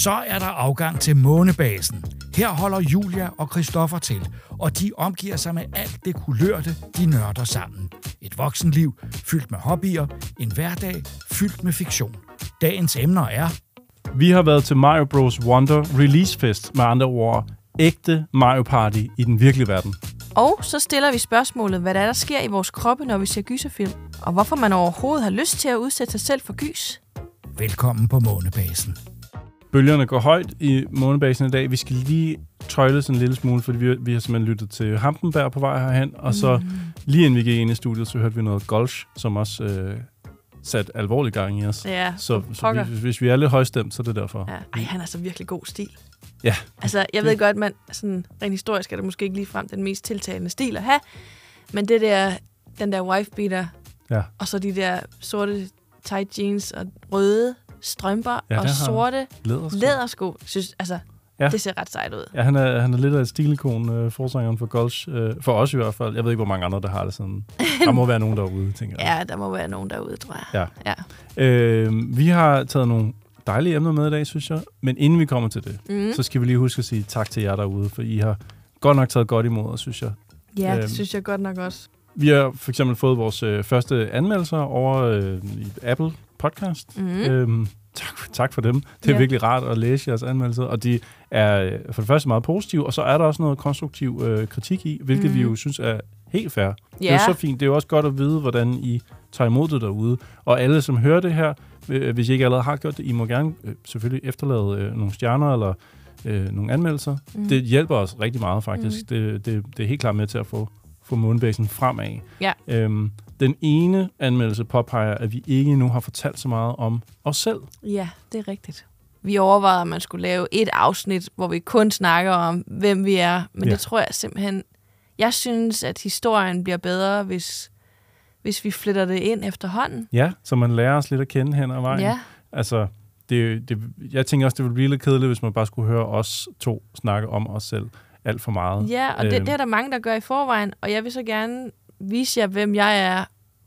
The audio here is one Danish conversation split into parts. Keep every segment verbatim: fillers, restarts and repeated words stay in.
Så er der afgang til månebasen. Her holder Julia og Christoffer til, og de omgiver sig med alt det kulørte, de nørder sammen. Et voksenliv fyldt med hobbyer, en hverdag fyldt med fiktion. Dagens emner er... Vi har været til Mario Bros. Wonder Release Fest, med andre ord ægte Mario Party i den virkelige verden. Og så stiller vi spørgsmålet, hvad der er, der sker i vores kroppe, når vi ser gyserfilm, og hvorfor man overhovedet har lyst til at udsætte sig selv for gys. Velkommen på månebasen. Bølgerne går højt i månebasen i dag. Vi skal lige tøjle sådan en lille smule, fordi vi, vi har simpelthen lyttet til Hampenberg på vej herhen, og så mm. lige inden vi gik ind i studiet, så hørte vi noget Golsch, som også øh, satte alvorlig gang i os. Ja, så så vi, hvis vi er lidt højstemt, så er det derfor. Ja. Ej, han er så virkelig god stil. Ja. Altså, jeg ved godt, man sådan rent historisk er det måske ikke ligefrem den mest tiltalende stil at have, men det der, den der wife-beater, ja. og så de der sorte tight jeans og røde strømper ja, og sorte lædersko, lædersko synes, altså, ja. Det ser ret sejt ud. Ja, han er, han er lidt af et stilikon, øh, forsangeren for Golsch. Øh, for os i hvert fald. Jeg ved ikke, hvor mange andre, der har det sådan. Der må være nogen derude, tænker jeg. Ja, der må være nogen derude, tror jeg. Ja. Ja. Øh, vi har taget nogle dejlige emner med i dag, synes jeg. Men inden vi kommer til det, mm. så skal vi lige huske at sige tak til jer derude, for I har godt nok taget godt imod os, synes jeg. Ja, det øh, synes jeg godt nok også. Vi har for eksempel fået vores øh, første anmeldelser over øh, i Apple Podcast. Mm. Øhm, tak, tak for dem. Det er yeah. virkelig rart at læse jeres anmeldelser, og de er for det første meget positive, og så er der også noget konstruktiv øh, kritik i, hvilket mm. vi jo synes er helt fair. Yeah. Det er så fint. Det er jo også godt at vide, hvordan I tager imod det derude. Og alle, som hører det her, øh, hvis I ikke allerede har gjort det, I må gerne øh, selvfølgelig efterlade øh, nogle stjerner eller øh, nogle anmeldelser. Mm. Det hjælper os rigtig meget, faktisk. Mm. Det, det, det er helt klart med til at få få månebasen fremad. Ja. Øhm, den ene anmeldelse påpeger, at vi ikke endnu har fortalt så meget om os selv. Ja, det er rigtigt. Vi overvejede, at man skulle lave et afsnit, hvor vi kun snakker om, hvem vi er. Men ja. Det tror jeg simpelthen... Jeg synes, at historien bliver bedre, hvis, hvis vi fletter det ind efterhånden. Ja, så man lærer os lidt at kende hen ad vejen. Ja. Altså, det, det, jeg tænker også, det ville blive lidt kedeligt, hvis man bare skulle høre os to snakke om os selv alt for meget. Ja, og det, det er der mange, der gør i forvejen, og jeg vil så gerne vise jer, hvem jeg er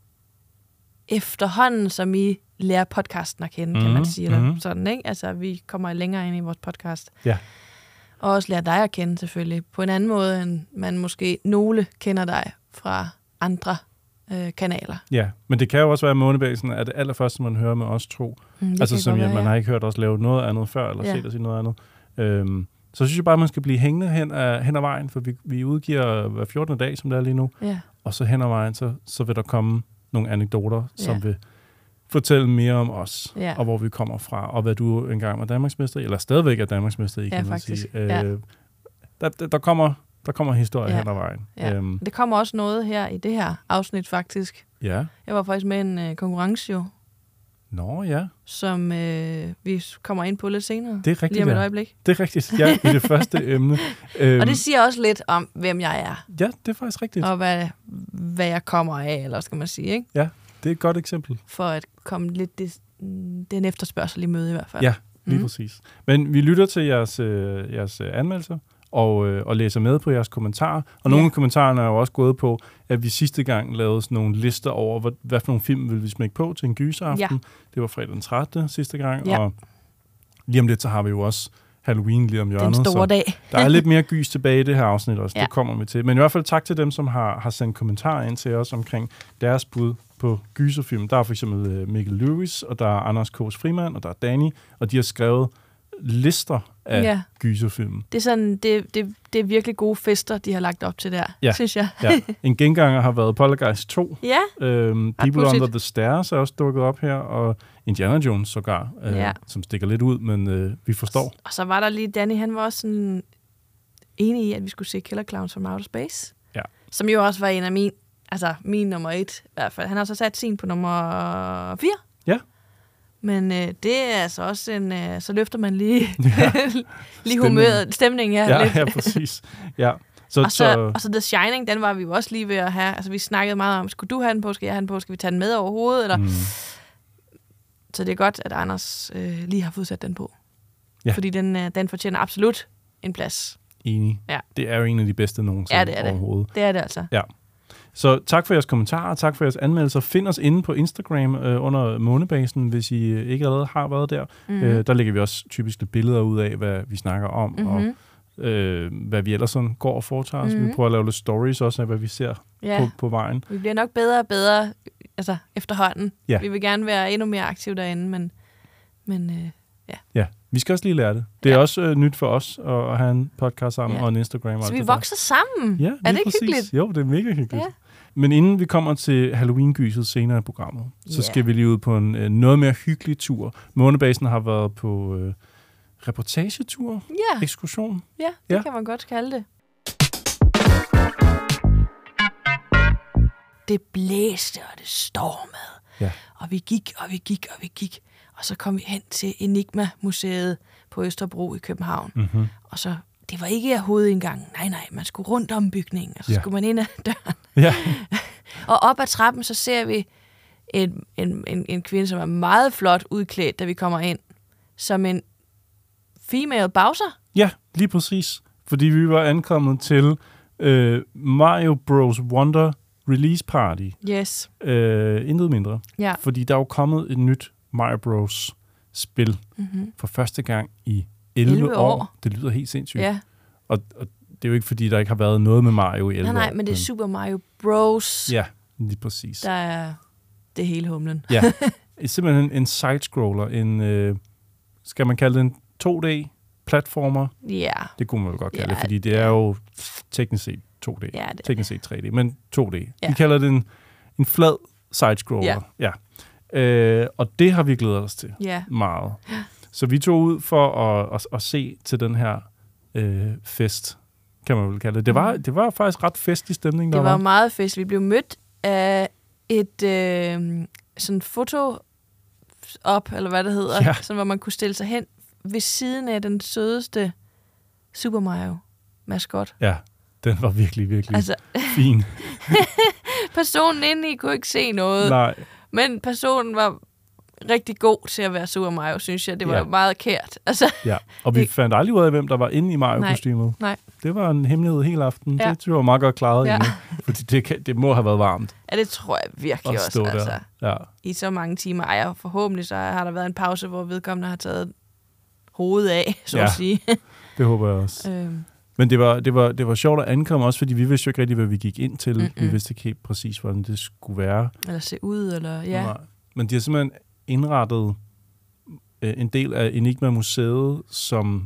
efterhånden, som I lærer podcasten at kende, mm-hmm. kan man sige. Eller mm-hmm. sådan, ikke? Altså, vi kommer længere ind i vores podcast. Ja. Og også lærer dig at kende, selvfølgelig. På en anden måde, end man måske nogle kender dig fra andre øh, kanaler. Ja, men det kan jo også være månebasen, at det allerførste, man hører med os to. Mm, altså, som jeg, man ja. har ikke hørt os lave noget andet før, eller ja. set os i noget andet. Øhm, Så synes jeg bare, at man skal blive hængende hen ad, hen ad vejen, for vi, vi udgiver hver fjortende dag, som det er lige nu. Ja. Og så hen ad vejen, så, så vil der komme nogle anekdoter, som ja. vil fortælle mere om os, ja. og hvor vi kommer fra, og hvad du engang var Danmarksmester, eller stadigvæk er Danmarksmester i, ja, kan man faktisk. sige. Øh, ja. der, der, der, kommer, der kommer historie ja. hen ad vejen. Ja. Øhm. Det kommer også noget her i det her afsnit, faktisk. Ja. Jeg var faktisk med i en øh, konkurrence jo. Nå, ja. Som øh, vi kommer ind på lidt senere. Det er rigtigt, lige om et ja. øjeblik. Det er rigtigt, ja, i det første emne. Øhm. Og det siger også lidt om, hvem jeg er. Ja, det er faktisk rigtigt. Og hvad, hvad jeg kommer af, eller skal man sige, ikke? Ja, det er et godt eksempel. For at komme lidt det, den efterspørgsel i møde i hvert fald. Ja, lige mm. præcis. Men vi lytter til jeres, øh, jeres anmeldelser, og, øh, og læser med på jeres kommentarer. Og nogle ja. af kommentarerne er jo også gået på, at vi sidste gang lavede sådan nogle lister over, hvad, hvad for nogle film ville vi smække på til en gyseraften. Ja. Det var fredag den trettende sidste gang, ja. og lige om lidt, så har vi jo også Halloween lige om hjørnet. Den store dag. Der er lidt mere gys tilbage i det her afsnit også, ja. Det kommer vi til. Men i hvert fald tak til dem, som har, har sendt kommentarer ind til os omkring deres bud på gyserfilm. Der er for eksempel Mikkel Lewis, og der er Anders Kås Frimand, og der er Danny, og de har skrevet lister af ja. gyserfilm. Det er sådan, det, det, det er virkelig gode fester, de har lagt op til der, ja. synes jeg. Ja. En genganger har været Poltergeist to. Ja. Øhm, People Under the Stairs er også dukket op her, og Indiana Jones sågar, øh, ja. som stikker lidt ud, men øh, vi forstår. Og så var der lige Danny, han var også sådan enig i, at vi skulle se Killer Clowns from Outer Space. Ja. Som jo også var en af min, altså min nummer et i hvert fald. Han har så sat sin på nummer fire. Ja. Men øh, det er altså også en... Øh, så løfter man lige, ja. lige humøret, stemningen her. Ja, lidt. ja, præcis. Ja. Så, og, så, så, og så The Shining, den var vi jo også lige ved at have. Altså, vi snakkede meget om, skulle du have den på, skal jeg have den på, skal vi tage den med overhovedet? Eller? Mm. Så det er godt, at Anders øh, lige har fået sat den på. Ja. Fordi den, øh, den fortjener absolut en plads. Enig. Ja. Det er jo en af de bedste nogensinde ja, det er det. overhovedet. Det er det altså. Ja. Så tak for jeres kommentarer, tak for jeres anmeldelser. Find os inde på Instagram øh, under Månebasen, hvis I øh, ikke allerede har været der. Mm-hmm. Øh, der lægger vi også typisk lidt billeder ud af, hvad vi snakker om, mm-hmm. og øh, hvad vi ellers sådan går og foretager os. Mm-hmm. Vi prøver at lave lidt stories også af, hvad vi ser ja. på, på vejen. Vi bliver nok bedre og bedre altså, efterhånden. Ja. Vi vil gerne være endnu mere aktive derinde, men, men øh, ja. Ja, vi skal også lige lære det. Det er ja. også øh, nyt for os at, at have en podcast sammen ja. og en Instagram. Og så vi det vokser der. sammen. Ja, er det ikke præcis. hyggeligt? Jo, det er mega hyggeligt. Ja. Men inden vi kommer til Halloween-gyset senere i programmet, så yeah. skal vi lige ud på en øh, noget mere hyggelig tur. Månebasen har været på øh, reportagetur, yeah. ekskursion. Ja, det ja. kan man godt kalde det. Det blæste, og det stormede. Ja. Og vi gik, og vi gik, og vi gik. Og så kom vi hen til Enigma-museet på Østerbro i København. Mm-hmm. Og så, det var ikke af hovedindgangen. Nej, nej, man skulle rundt om bygningen, og så ja. skulle man ind ad døren. Ja. Og op ad trappen, så ser vi en, en, en, en kvinde, som er meget flot udklædt, da vi kommer ind. Som en female Bowser. Ja, lige præcis. Fordi vi var ankommet til øh, Mario Bros. Wonder Release Party. Yes. Øh, intet mindre. Ja. Fordi der er jo kommet et nyt Mario Bros. Spil mm-hmm. for første gang i elleve år. Det lyder helt sindssygt. Ja. Og, og det er jo ikke, fordi der ikke har været noget med Mario i elleve år. Nej, nej, men det er Super Mario Bros. Ja, lige præcis. Der er det hele humlen. Ja, det er simpelthen en side-scroller. En, øh, skal man kalde det en to D-platformer? Ja. Det kunne man jo godt kalde ja. det, fordi det er jo teknisk set to D. Ja, det teknisk set tre D, men to D. Ja. Vi kalder det en, en flad side-scroller. Ja. ja. Øh, og det har vi glædet os til ja. meget. Så vi tog ud for at, at, at se til den her øh, fest, kan man vel kalde det. Det var, det var faktisk ret festlig stemning, der det var. var. meget fest. Vi blev mødt af et øh, sådan foto op, eller hvad det hedder, ja. sådan, hvor man kunne stille sig hen ved siden af den sødeste Super Mario-maskot. Ja, den var virkelig, virkelig altså, fin. Personen inde i kunne ikke se noget. Nej. Men personen var rigtig god til at være Super Mario, synes jeg. Det var ja. jo meget kært. Altså, ja, og vi det... fandt aldrig ud af, hvem der var inde i Mario-kostymet. Nej. Det var en hemmelighed hele aften. Ja. Det tror jeg var meget godt klaret ja. inde. Fordi det, kan, det må have været varmt. Ja, det tror jeg virkelig også. Altså, ja. I så mange timer. Ej, forhåbentlig så har der været en pause, hvor vedkommende har taget hovedet af, så ja. at sige. Det håber jeg også. øhm. Men det var, det, var, det var sjovt at ankomme også, fordi vi vidste jo ikke rigtig, hvad vi gik ind til. Mm-mm. Vi vidste ikke helt præcis, hvordan det skulle være. Eller se ud, eller ja. Nej. Men de har simpelthen indrettet øh, en del af Enigma-museet som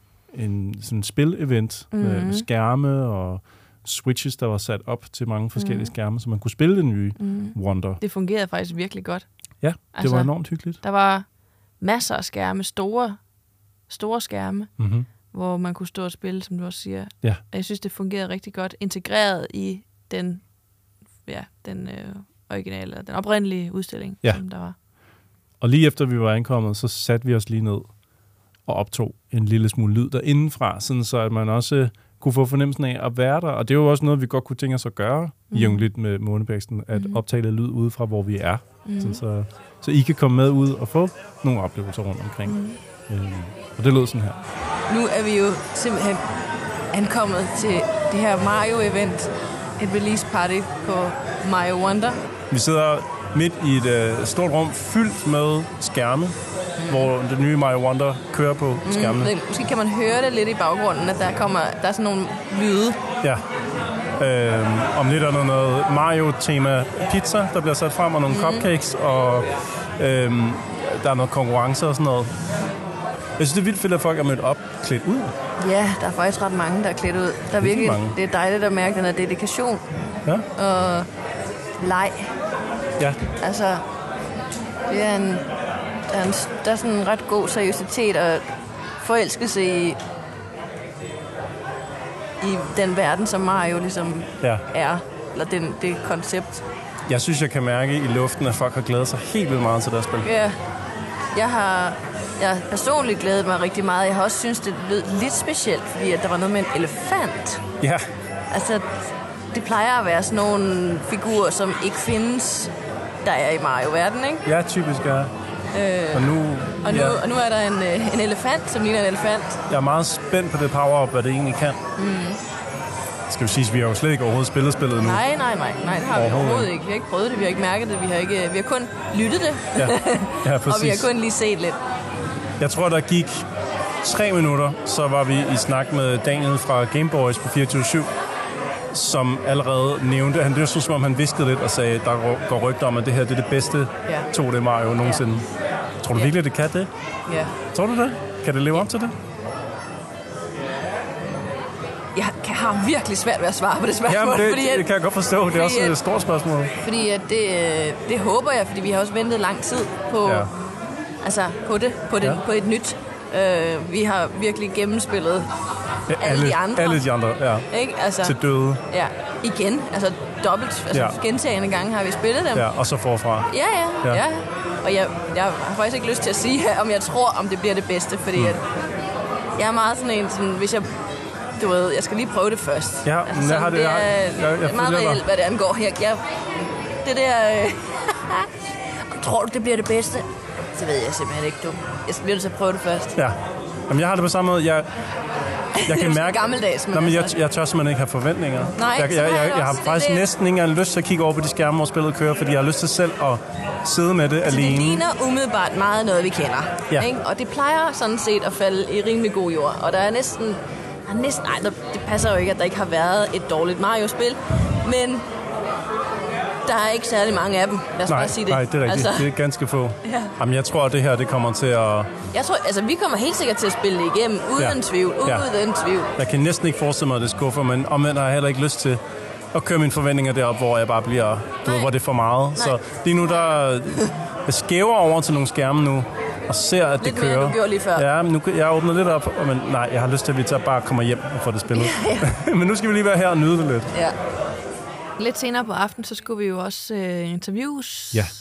en sådan spil-event mm-hmm. med, med skærme og switches, der var sat op til mange forskellige mm. skærme, så man kunne spille det nye mm. Wonder. Det fungerede faktisk virkelig godt. Ja, det altså, var enormt hyggeligt. Der var masser af skærme, store, store skærme, mm-hmm. hvor man kunne stå og spille, som du også siger. Ja. Jeg synes, det fungerede rigtig godt, integreret i den, ja, den øh, originale, den oprindelige udstilling, ja. som der var. Og lige efter vi var ankommet, så satte vi os lige ned og optog en lille smule lyd derindefra, sådan så at man også kunne få fornemmelsen af at være der. Og det er jo også noget, vi godt kunne tænke os at gøre, mm. jævnligt med Månebasen, at mm. optage lidt lyd ude fra, hvor vi er. Mm. Sådan så, så I kan komme med ud og få nogle oplevelser rundt omkring. Mm. Øhm, og det lød sådan her. Nu er vi jo simpelthen ankommet til det her Mario-event, et release party på Mario Wonder. Vi sidder midt i et øh, stort rum fyldt med skærme, mm. hvor det nye Mario Wonder kører på mm. skærmene. Måske kan man høre det lidt i baggrunden, at der kommer der er sådan nogle lyde. Ja. Øhm, om lidt er der noget Mario-tema pizza, der bliver sat frem, og nogle mm. cupcakes, og øhm, der er noget konkurrence og sådan noget. Jeg synes, det er vildt fedt, at folk er mødt op klædt ud. Ja, der er faktisk ret mange, der er klædt ud. Der er virkelig, mange. Det er dejligt at mærke den her dedikation. Ja. Og leg. Ja. Altså, det er en, der, er en, der er sådan en ret god seriøsitet og forelskelse i, i den verden, som Mario ligesom ja. er. Eller den, det koncept. Jeg synes, jeg kan mærke i luften, at folk har glædet sig helt vildt meget til deres spil. Ja. Jeg har, jeg har personligt glædet mig rigtig meget. Jeg har også synes det lød lidt specielt, fordi at der var noget med en elefant. Ja. Altså, det plejer at være sådan nogle figurer, som ikke findes, der er i Mario-verden, ikke? Ja, typisk er. Øh, og, nu, og, nu, ja. og nu er der en, en elefant, som ligner en elefant. Jeg er meget spændt på det power-up, hvad det egentlig kan. Mm. skal vi sige, at vi har jo slet ikke overhovedet spillet spillet nu. Nej, nej, nej, nej, det har vi overhovedet ikke. Vi har ikke prøvet det, vi har ikke mærket det, vi har, ikke, vi har kun lyttet det, ja. Ja, og vi har kun lige set lidt. Jeg tror, der gik tre minutter, så var vi i snak med Daniel fra Game Boys på fireogtyve syv, som allerede nævnte, han, det var så, som om han viskede lidt og sagde, der går rygter om, at det her det er det bedste ja. to D Mario nogensinde. Ja. Tror du virkelig, det kan det? Ja. Tror du det? Kan det leve op til det? Jeg har virkelig svært ved at svare på det spørgsmål. Jamen, det, fordi at, det kan jeg godt forstå. Det er også et stort spørgsmål. Fordi at det, det håber jeg, fordi vi har også ventet lang tid på, ja. altså på det, på, det, ja. på et nyt. Uh, vi har virkelig gennemspillet ja, alle, alle de andre. Alle de andre, ja. Ikke? Altså, til døde. Ja, igen. Altså dobbelt, altså ja. gentagende gange har vi spillet dem. Ja, og så forfra. Ja, ja, ja. ja. Og jeg, jeg har faktisk ikke lyst til at sige, om jeg tror, om det bliver det bedste, fordi mm. at jeg er meget sådan en, sådan, hvis jeg du ved, jeg skal lige prøve det først. Ja, altså, men jeg har det, det er, jeg, jeg, jeg meget reelt, hvad det angår her. Jeg, det der... Øh, tror du, det bliver det bedste? Det ved jeg simpelthen ikke, du. Jeg bliver nødt til at prøve det først. Ja. Jamen, jeg har det på samme måde. Jeg, jeg kan mærke... gammeldags, men... Nej, men jeg, altså. jeg tør simpelthen ikke have forventninger. Nej, jeg, jeg, jeg, jeg, jeg har også, faktisk det, næsten ikke engang lyst til at kigge over på de skærme, hvor spillet kører, fordi jeg har lyst til selv at sidde med det så alene. Det ligner umiddelbart meget noget, vi kender. Ja. Ikke? Og det plejer sådan set at falde i rimelig god jord. Og der er næsten... Næsten, nej, det passer jo ikke, at der ikke har været et dårligt Mario-spil, men der er ikke særlig mange af dem. Lad os nej, bare sige det. Nej, det er rigtigt. Altså, det er ganske få. Ja. Jamen, jeg tror, at det her det kommer til at... Jeg tror, altså, vi kommer helt sikkert til at spille det igennem, uden ja. tvivl, uden ja. tvivl. Jeg kan næsten ikke forestille mig, at det skuffer, men omvendt har jeg heller ikke lyst til at køre mine forventninger derop, hvor jeg bare bliver... Du ved, hvor det er for meget. Nej. Så lige nu, der... Jeg skæver over til nogle skærme nu, og ser, at lidt det kører. Lidt mere, du gjorde lige før. Ja, men nu, jeg åbner lidt op, men nej, jeg har lyst til, at vi tager bare kommer hjem og får det spillet. Ja. Men nu skal vi lige være her og nyde det lidt. Ja. Lidt senere på aftenen, så skulle vi jo også øh, interviews ja.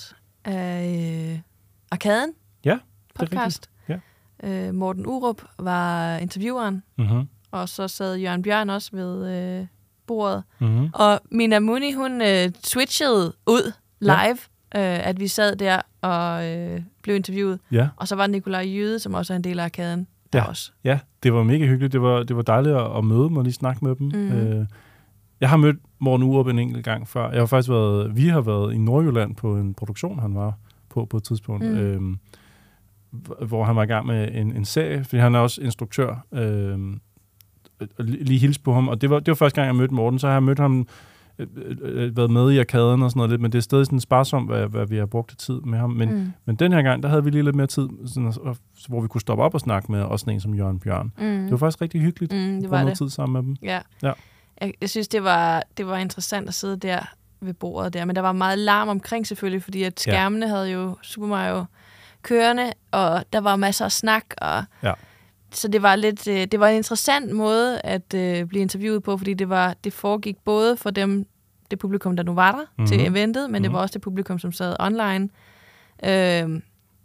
af øh, Arkaden ja, podcast. Ja. Øh, Morten Urup var intervieweren, mm-hmm. og så sad Jørgen Bjørn også ved øh, bordet. Mm-hmm. Og Mina Muni, hun øh, switchede ud live, ja. øh, at vi sad der og øh, blev interviewet. Ja. Og så var Nikolaj Jyde, som også er en del af Arkaden, der ja. også. Ja, det var mega hyggeligt. Det var, det var dejligt at, at møde dem og lige snakke med dem. Mm. Øh, jeg har mødt Morten Urup en enkelt gang før. Jeg har faktisk været, vi har været i Nordjylland på en produktion, han var på på et tidspunkt, mm. øh, hvor han var i gang med en, en serie, fordi han er også instruktør. Øh, lige hilse på ham, og det var, det var første gang, jeg mødte Morten, så har jeg mødt ham, øh, øh, været med i Arkaden og sådan noget lidt, men det er stadig sådan sparsomt, hvad, hvad vi har brugt tid med ham. Men, mm. men den her gang, der havde vi lige lidt mere tid, sådan, hvor vi kunne stoppe op og snakke med også en som Jørgen Bjørn. Mm. Det var faktisk rigtig hyggeligt mm, at bruge noget tid sammen med dem. Ja. Ja. Jeg, jeg synes, det var, det var interessant at sidde der ved bordet der, men der var meget larm omkring selvfølgelig, fordi at skærmene ja. havde jo Super Mario kørende, og der var masser af snak, og ja. så det var lidt, det var en interessant måde at øh, blive interviewet på, fordi det var det foregik både for dem, det publikum, der nu var der mm-hmm. til eventet, men mm-hmm. det var også det publikum, som sad online. Øhm,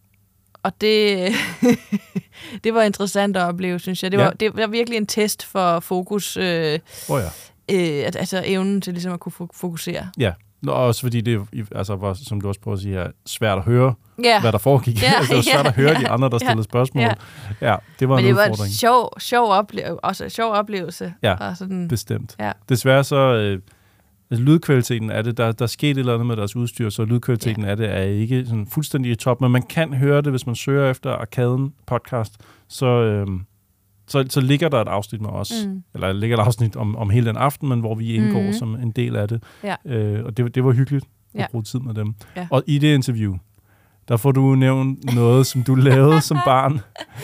og det, det var interessant at opleve, synes jeg. Det var, ja. det var virkelig en test for fokus, øh, oh ja. øh, altså evnen til ligesom at kunne fokusere. Ja. Nå, også fordi det altså, var, som du også prøver at sige her, svært at høre, ja. hvad der foregik. Ja, altså, det var svært ja, at høre ja, de andre, der stillede ja, spørgsmål. Ja. ja, det var Men en det udfordring. var en sjov, sjov, oplevelse, også en sjov oplevelse. Ja, og sådan, bestemt. Ja. Desværre så, øh, altså, lydkvaliteten af det, der, der skete et eller andet med deres udstyr, så lydkvaliteten ja. af det er ikke sådan fuldstændig i top, men man kan høre det, hvis man søger efter Arkaden podcast, så... Øh, Så, så ligger der et afsnit med os, mm. eller ligger et afsnit om, om hele den aften, men hvor vi indgår mm. som en del af det. Ja. Øh, og det, det var hyggeligt at ja. bruge tid med dem. Ja. Og i det interview, der får du nævnt noget, som du lavede som barn.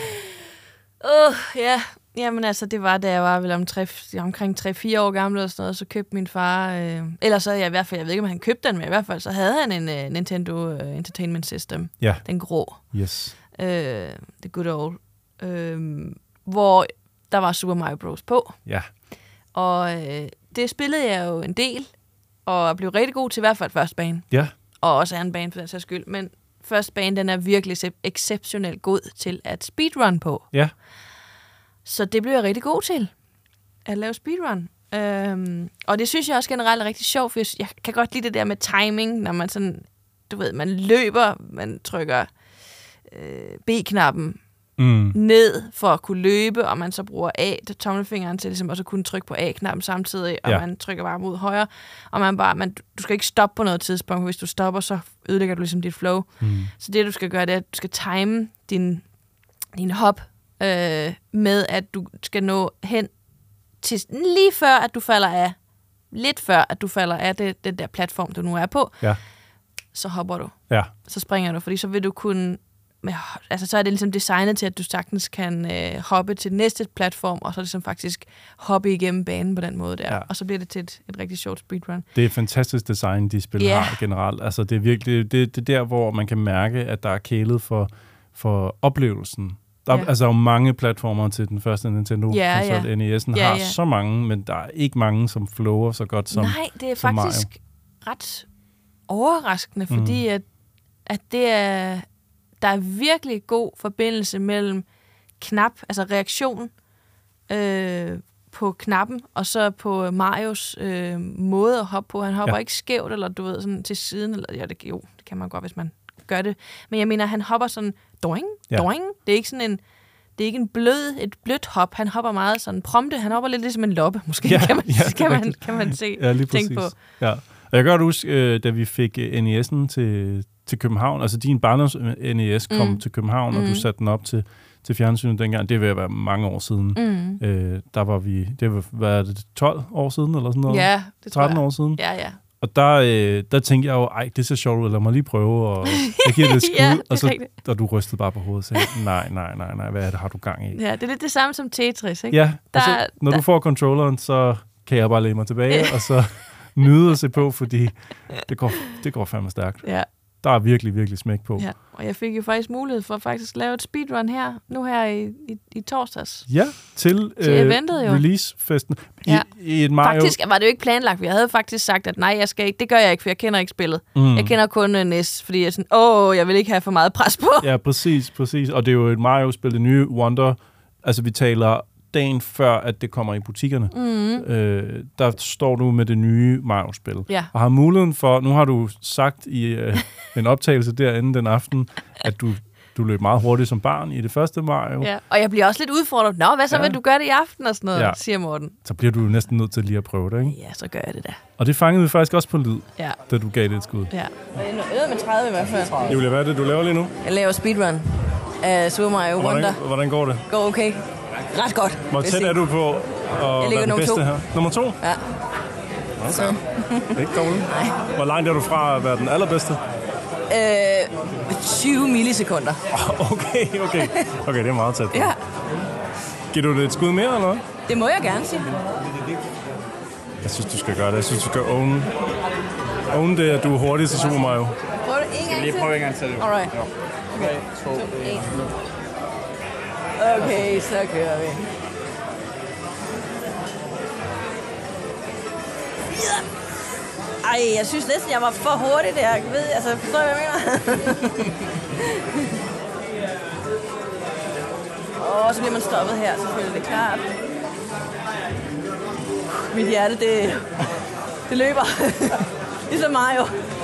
Åh, uh, ja. Jamen altså, det var, da jeg var vel om tre, omkring tre fire år gammel, og sådan noget, så købte min far, øh, eller så jeg i hvert fald, jeg ved ikke, om han købte den, men i hvert fald, så havde han en uh, Nintendo uh, Entertainment System. Ja. Den grå. Yes. Uh, the good old. Uh, hvor der var Super Mario Bros. På. Ja. Og øh, det spillede jeg jo en del, og blev rigtig god til i hvert fald første bane. Ja. Og også anden bane for den sags skyld. Men første bane, den er virkelig exceptionelt god til at speedrun på. Ja. Så det blev jeg rigtig god til, at lave speedrun. Øhm, og det synes jeg også generelt er rigtig sjovt, for jeg kan godt lide det der med timing, når man sådan, du ved, man løber, man trykker øh, B-knappen, mm. ned for at kunne løbe, og man så bruger A, tommelfingeren til ligesom også at kunne trykke på A-knappen samtidig, og ja. man trykker bare mod højre, og man bare, man, du skal ikke stoppe på noget tidspunkt, for hvis du stopper, så ødelægger du ligesom dit flow. Mm. Så det, du skal gøre, det er, at du skal time din, din hop øh, med, at du skal nå hen til lige før, at du falder af, lidt før, at du falder af det, den der platform, du nu er på, ja. så hopper du. Ja. Så springer du, fordi så vil du kunne... Med, altså, så er det ligesom designet til, at du sagtens kan øh, hoppe til næste platform, og så ligesom faktisk hoppe igennem banen på den måde der. Ja. Og så bliver det til et, et rigtig sjovt speedrun. Det er et fantastisk design, de spil yeah. har generelt. Altså, det er virkelig det, det er der, hvor man kan mærke, at der er kælet for, for oplevelsen. Der er yeah. altså mange platformer til den første Nintendo-konsol. Yeah, yeah. N E S'en yeah, har yeah. så mange, men der er ikke mange, som flower så godt som Nej, det er som faktisk Mario. Ret overraskende, fordi mm. at, at det er... Der er virkelig god forbindelse mellem knap, altså reaktion øh, på knappen, og så på Marios øh, måde at hoppe på. Han hopper ja. ikke skævt, eller du ved, sådan til siden. Eller, ja, det, jo, det kan man godt, hvis man gør det. Men jeg mener, han hopper sådan, doing, ja. doing. Det er ikke sådan en, det er ikke en blød, et blødt hop. Han hopper meget sådan prompte. Han hopper lidt ligesom en loppe, måske, ja, kan, man, ja, kan, man, kan man se, ja, lige tænke på. Ja. Og jeg kan godt huske, øh, da vi fik N E S'en til... til København. Altså din barndoms N E S kom mm. til København, og mm. du satte den op til, til fjernsynet dengang. Det vil være mange år siden. Mm. Øh, der var vi, det var, var det tolv år siden, eller sådan noget? Ja, det tror jeg. tretten år siden. Ja, ja. Og der, øh, der tænkte jeg jo, ej, det ser sjovt ud, lad mig lige prøve, og jeg giver det et skud. Ja, det og, så, og du rystede bare på hovedet og sagde, nej, nej, nej, nej, hvad er det, har du gang i? Ja, det er lidt det samme som Tetris, ikke? Ja, der, altså, når der... du får controlleren, så kan jeg bare lægge mig tilbage, og så nyde at se på, fordi det går, det går fandme stærkt. Ja. Der er virkelig, virkelig smæk på. Ja, og jeg fik jo faktisk mulighed for at faktisk lave et speedrun her, nu her i, i, i torsdags. Ja, til, til øh, releasefesten. I, ja. i et Mario... Faktisk var det jo ikke planlagt. Vi havde faktisk sagt, at nej, jeg skal ikke, det gør jeg ikke, for jeg kender ikke spillet. Mm. Jeg kender kun N E S, fordi jeg er sådan, åh, jeg vil ikke have for meget pres på. Ja, præcis, præcis. Og det er jo et Mario-spil, det nye Wonder. Altså, vi taler dagen før, at det kommer i butikkerne. Mm. Øh, der står du med det nye Mario-spil. Ja. Og har muligheden for, nu har du sagt i øh, en optagelse derinde den aften, at du, du løb meget hurtigt som barn i det første Mario. Ja. Og jeg bliver også lidt udfordret. Nå, hvad så ja. vil du gøre det i aften og sådan noget, ja. siger Morten. Så bliver du næsten nødt til lige at prøve det, ikke? Ja, så gør jeg det da. Og det fangede vi faktisk også på lyd, ja. da du gav det et skud. Ja. Og jeg nåede med tredive i hvert fald. Julia, hvad er det, du laver lige nu? Jeg laver speedrun af Super Mario Wonder. Hvordan, hvordan går det? Går okay. Ret godt. Hvor tæt er du på at være den bedste to. her? Nummer to? Ja. Okay. Så. Ikke dårligt. Nej. Hvor langt er du fra at være den allerbedste? Øh, tyve millisekunder. Okay, okay. Okay, det er meget tæt. Ja. Giver du det et skud mere, eller hvad? Det må jeg gerne sige. Jeg synes, du skal gøre det. Jeg synes, du skal own, own det, at du er hurtigst i Super Mario. Prøv det en gang til. Lige prøve en gang til. Alright. Okay, to, en. Okay, så kører vi. Ej, jeg synes næsten, jeg var for hurtig der. Jeg ved, altså, forstår jeg, hvad jeg mener? Åh, oh, så bliver man stoppet her, selvfølgelig. Det er klart. Mit hjerte, det, det løber. Ligesom Mario.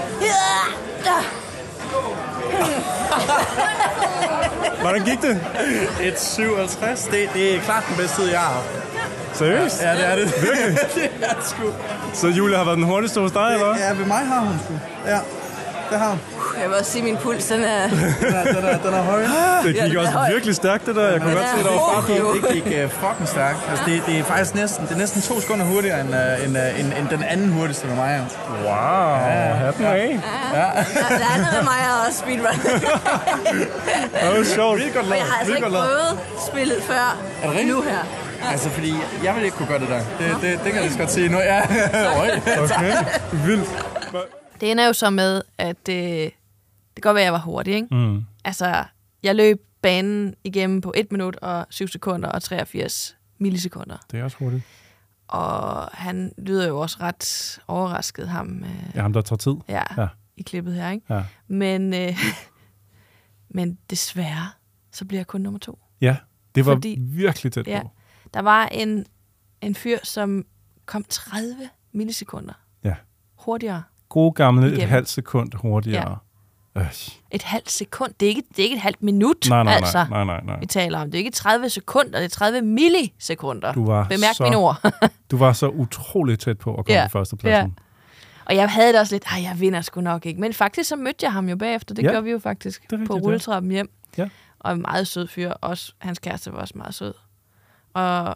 Hvordan gik det? et syvoghalvtreds. Det, det er klart den bedste tid, jeg har haft. Seriøst? Ja, det er det. Virkelig? Det er det sgu. Så Julia har været den hurtigste hos dig, eller hvad? Ja, ved mig har hun sgu. Ja, det har hun. Jeg vil også sige, at min puls, den er... den, er, den, er, den er høj. Det gik ja, også høj. virkelig stærkt, det der. Jeg kunne godt se, det var farligt. Det gik uh, fucking stærkt. Altså, det, det er faktisk næsten, det er næsten to sekunder hurtigere end, uh, end, uh, end, end den anden hurtigste med mig. Wow, ja, hatten ja. af. Ja. Ja. Den anden med mig er også speedrun. Det var sjovt. Og jeg har altså ikke prøvet spillet før nu her. Altså, fordi jeg vil ikke kunne gøre det der. Det, det, det kan jeg lige godt sige nu. Ja. Okay, vildt. Det ender jo så med, at øh, det kan godt være, at jeg var hurtig, ikke? Mm. Altså, jeg løb banen igennem på et minut og syv sekunder og treogfirs millisekunder. Det er også hurtigt. Og han lyder jo også ret overrasket, ham. Øh, ja, ham der tager tid. Ja, ja, i klippet her, ikke? Ja. Men, øh, men desværre, så bliver jeg kun nummer to. Ja, det var Fordi, virkelig tæt ja, på. Der var en, en fyr, som kom tredive millisekunder ja. hurtigere. Gode gamle et halvt sekund hurtigere. Øh. Et halvt sekund. Det er ikke, det er ikke et halvt minut, nej, nej, altså. Nej, nej, nej. Vi taler om. Det er ikke tredive sekunder, det er tredive millisekunder. Du var Bemærk så, mine ord. du var så utroligt tæt på at komme ja. på førstepladsen. Ja. Og jeg havde det også lidt, ej, jeg vinder sgu nok ikke. Men faktisk så mødte jeg ham jo bagefter. Det ja. gjorde vi jo faktisk rigtigt, på rulletrappen hjem. Ja. Og en meget sød fyr. Også, hans kæreste var også meget sød. Og,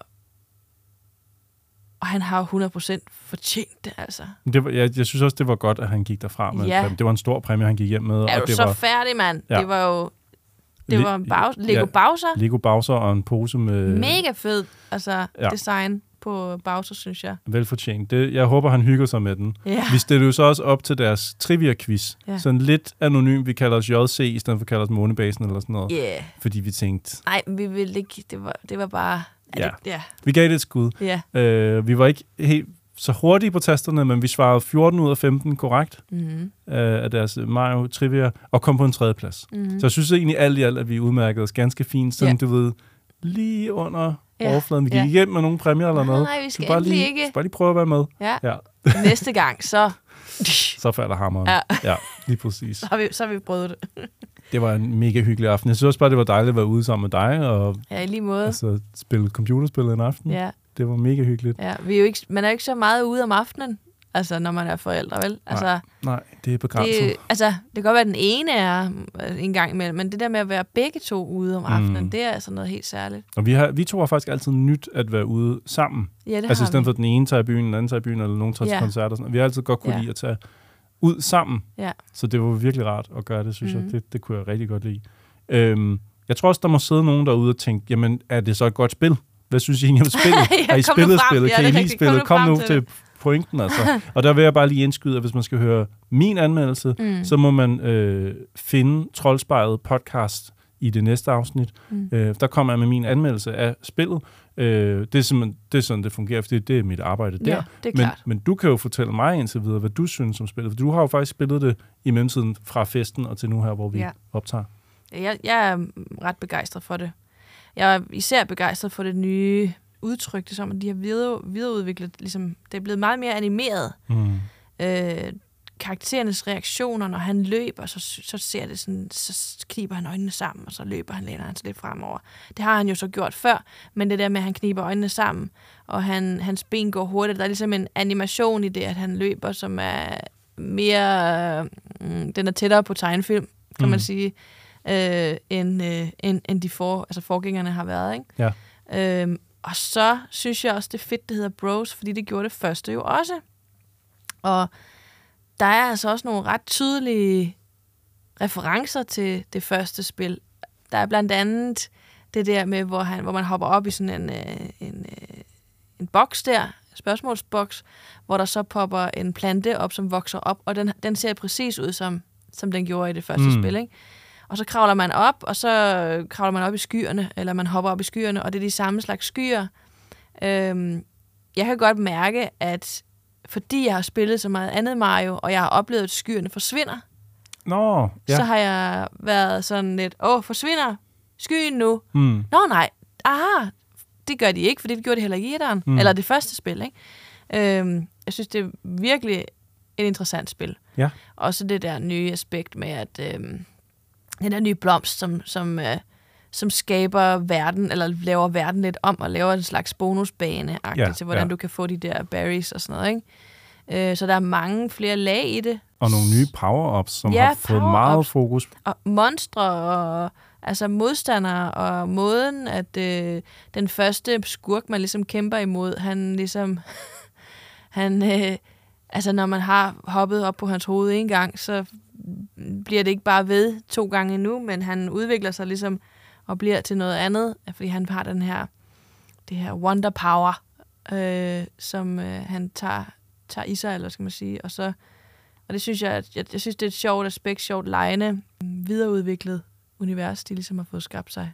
og han har hundrede procent fortjent det, altså. Det var, jeg, jeg synes også, det var godt, at han gik derfra med ja. en præmie. Det var en stor præmie, han gik hjem med. Er og du det så var, færdig, mand? Ja. Det var jo... Det Le- var en baus, Lego ja, Bowser. Lego Bowser og en pose med... Mega fed altså, ja. design på Bowser, synes jeg. Velfortjent. Det, jeg håber, han hygger sig med den. Ja. Vi stiller jo så også op til deres trivia-quiz. Ja. Sådan lidt anonym. Vi kalder os J C, i stedet for at kalde os Månebasen eller sådan noget. Yeah. Fordi vi tænkte... Nej, vi ville ikke... Det var, det var bare... Ja. Det, ja. Vi gav det et skud. Ja. Øh, vi var ikke helt så hurtige på tasterne, men vi svarede fjorten ud af femten korrekt Mm-hmm. øh, af deres Mario Trivia, og kom på en tredje plads. Mm-hmm. Så jeg synes egentlig alt i alt, at vi udmærkede os ganske fint, sådan Ja. du ved, lige under Ja. overfladen. Vi gik Ja. ikke hjem med nogle præmier eller noget. Nej, vi skal bare endelig lige, ikke. skal bare lige prøve at være med. Ja. Ja. Næste gang, så... Så falder hammeren. Ja. Ja, lige præcis. Så har vi, så har vi prøvet det. Det var en mega hyggelig aften. Jeg synes også bare, det var dejligt at være ude sammen med dig og Ja, i lige måde. altså, spille computerspil en aften. Ja. Det var mega hyggeligt. Ja, vi er jo ikke, man er jo ikke så meget ude om aftenen, altså når man er forældre, vel? Altså, Nej, det er begrænset. det, altså, det kan godt være, at den ene er øh, en gang imellem, men det der med at være begge to ude om aftenen, Mm. det er altså noget helt særligt. Og vi, har, vi to har faktisk altid nyt at være ude sammen. Ja, det Altså i har stedet vi. for, at den ene tager i byen, den anden tager i byen, eller nogen tager Ja. til koncerter. Og sådan. Vi har altid godt kunne Ja. lide at tage ud sammen. Ja. Så det var virkelig rart at gøre det, synes Mhm. jeg. Det, det kunne jeg rigtig godt lide. Øhm, jeg tror også, der må sidde nogen derude og tænke, jamen, er det så et godt spil? Hvad synes I egentlig om spillet? Ja, Har I kom nu spillet frem. spillet? Ja, Kan det I er lide rigtigt. spillet? Kom nu Kom nu frem til til pointen, altså. Og der vil jeg bare lige indskyde, at hvis man skal høre min anmeldelse, Mm. så må man øh, finde Troldspejlet podcast i det næste afsnit. Mm. Øh, der kommer jeg med min anmeldelse af spillet. Øh, det, er simpelthen, det er sådan, det fungerer, fordi det er mit arbejde der. Ja, det er men, klart. men du kan jo fortælle mig indtil videre, hvad du synes om spillet. For du har jo faktisk spillet det i mellemtiden fra festen og til nu her, hvor vi Ja. optager. Jeg, jeg er ret begejstret for det. Jeg er især begejstret for det nye udtryk, det er som, at de har videre, videreudviklet, ligesom, det er blevet meget mere animeret. Mm. Øh, karakterernes reaktioner, når han løber, så, så ser det sådan, så kniber han øjnene sammen, og så løber han, læner han sig lidt fremover. Det har han jo så gjort før, men det der med, at han kniber øjnene sammen, og han, hans ben går hurtigt, der er ligesom en animation i det, at han løber, som er mere, øh, den er tættere på tegnefilm, kan Mm. man sige, øh, end, øh, end, end de for, altså forgængerne har været, ikke? Ja. Øhm, og så synes jeg også, det er fedt, det hedder Bros, fordi det gjorde det første jo også. Og der er altså også nogle ret tydelige referencer til det første spil. Der er blandt andet det der med, hvor, han, hvor man hopper op i sådan en, øh, en, øh, en boks der, spørgsmålsboks, hvor der så popper en plante op, som vokser op, og den, den ser præcis ud, som, som den gjorde i det første Mm. spil, ikke? Og så kravler man op, og så kravler man op i skyerne, eller man hopper op i skyerne, og det er de samme slags skyer. Øhm, jeg kan godt mærke, at fordi jeg har spillet så meget andet Mario, og jeg har oplevet, at skyerne forsvinder, Nå, ja. så har jeg været sådan lidt, åh, forsvinder skyen nu? Mm. Nå nej, aha, det gør de ikke, for det gjorde de heller ikke i etteren, Mm. mm. eller det første spil, ikke? Øhm, jeg synes, det er virkelig et interessant spil. Ja. Også det der nye aspekt med, at øhm, den der nye blomst, som, som, øh, som skaber verden, eller laver verden lidt om, og laver en slags bonusbane Ja, til, hvordan ja. du kan få de der berries og sådan noget, ikke? Øh, så der er mange flere lag i det. Og nogle nye power-ups, som Ja, har fået power-ups. meget fokus. Og monstre og altså modstandere, og måden, at øh, den første skurk, man ligesom kæmper imod, han ligesom, han, øh, altså når man har hoppet op på hans hoved en gang, så bliver det ikke bare ved to gange endnu, men han udvikler sig ligesom og bliver til noget andet, fordi han har den her, det her wonder power, øh, som øh, han tager, tager i sig, eller skal man sige, og så og det synes jeg, at jeg, jeg synes, det er et sjovt aspekt, sjovt lejende, videreudviklet univers, de ligesom har fået skabt sig.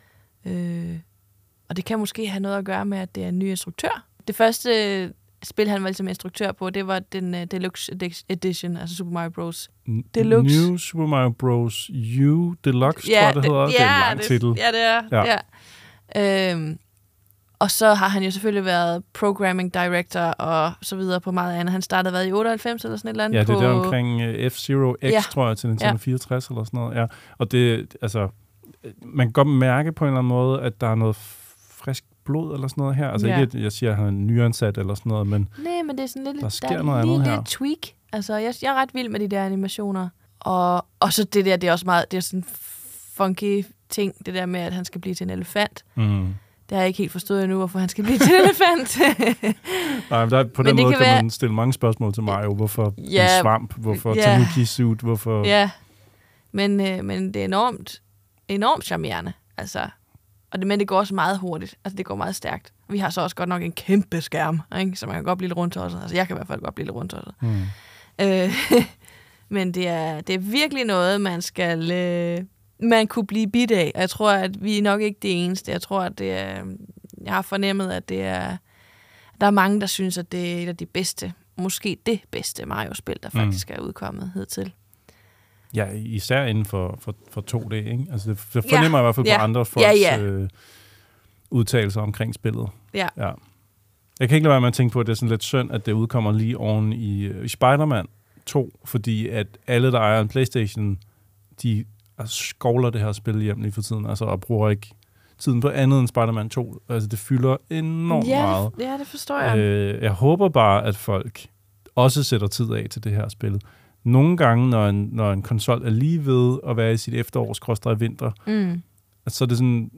Øh, og det kan måske have noget at gøre med, at det er en ny instruktør. Det første spil, han var ligesom instruktør på, det var den uh, Deluxe Edition, altså Super Mario Bros. Deluxe. New Super Mario Bros. U Deluxe, Ja, tror jeg, det hedder. det, Det er en ja, lang det, titel. Ja, det er. Ja. Ja. Øhm, Og så har han jo selvfølgelig været programming director og så videre på meget andet. Han startede været i otteoghalvfems eller sådan et eller andet. Ja, det er på... der omkring uh, F-Zero X, ja. tror jeg, til Nintendo ja. fireogtres eller sådan noget. Ja. Og det, altså, man kan godt mærke på en eller anden måde, at der er noget frisk blod eller sådan noget her. Altså ja. ikke, at jeg siger, at han er nyansat eller sådan noget, men, nej, men det er sådan lidt, der sker der noget lige andet her. Lidt tweak. Altså, jeg, jeg er ret vild med de der animationer. Og, og så det der, det er også meget, det er sådan funky ting, det der med, at han skal blive til en elefant. Mm. Det har jeg ikke helt forstået endnu, hvorfor han skal blive til en elefant. Nej, men der, på den men måde kan, kan man være... stille mange spørgsmål til Mario. Hvorfor ja, en svamp? Hvorfor ja. tanuki-suit? Hvorfor... Ja, men, øh, men det er enormt, enormt charmerende. Altså, og det, men det går også meget hurtigt. Altså, det går meget stærkt. Vi har så også godt nok en kæmpe skærm, ikke? Så man kan godt blive lidt rundt også. Altså, jeg kan i hvert fald godt blive lidt rundt også. Mm. Øh, men det er, det er virkelig noget, man skal... Øh, man kunne blive bidt af. Og jeg tror, at vi er nok ikke det eneste. Jeg tror, at det er... Jeg har fornemmet, at det er... Der er mange, der synes, at det er et af de bedste, måske det bedste Mario-spil, der faktisk mm. er udkommet hidtil. Ja, især inden for, for, for to D, ikke? Altså, det fornemmer ja. jeg i hvert fald ja. på andre folks ja, ja. Øh, udtalelser omkring spillet. Ja. ja. Jeg kan ikke lade være med at tænke på, at det er sådan lidt synd, at det udkommer lige oven i, i Spider-Man to, fordi at alle, der ejer en PlayStation, de altså, skovler det her spil hjem lige for tiden, altså, og bruger ikke tiden på andet end Spider-Man to. Altså, det fylder enormt ja, meget. Ja, det forstår jeg. Øh, jeg håber bare, at folk også sætter tid af til det her spil. Nogle gange, når en, når en konsol er lige ved at være i sit efterårs-vinter, mm. så er det sådan...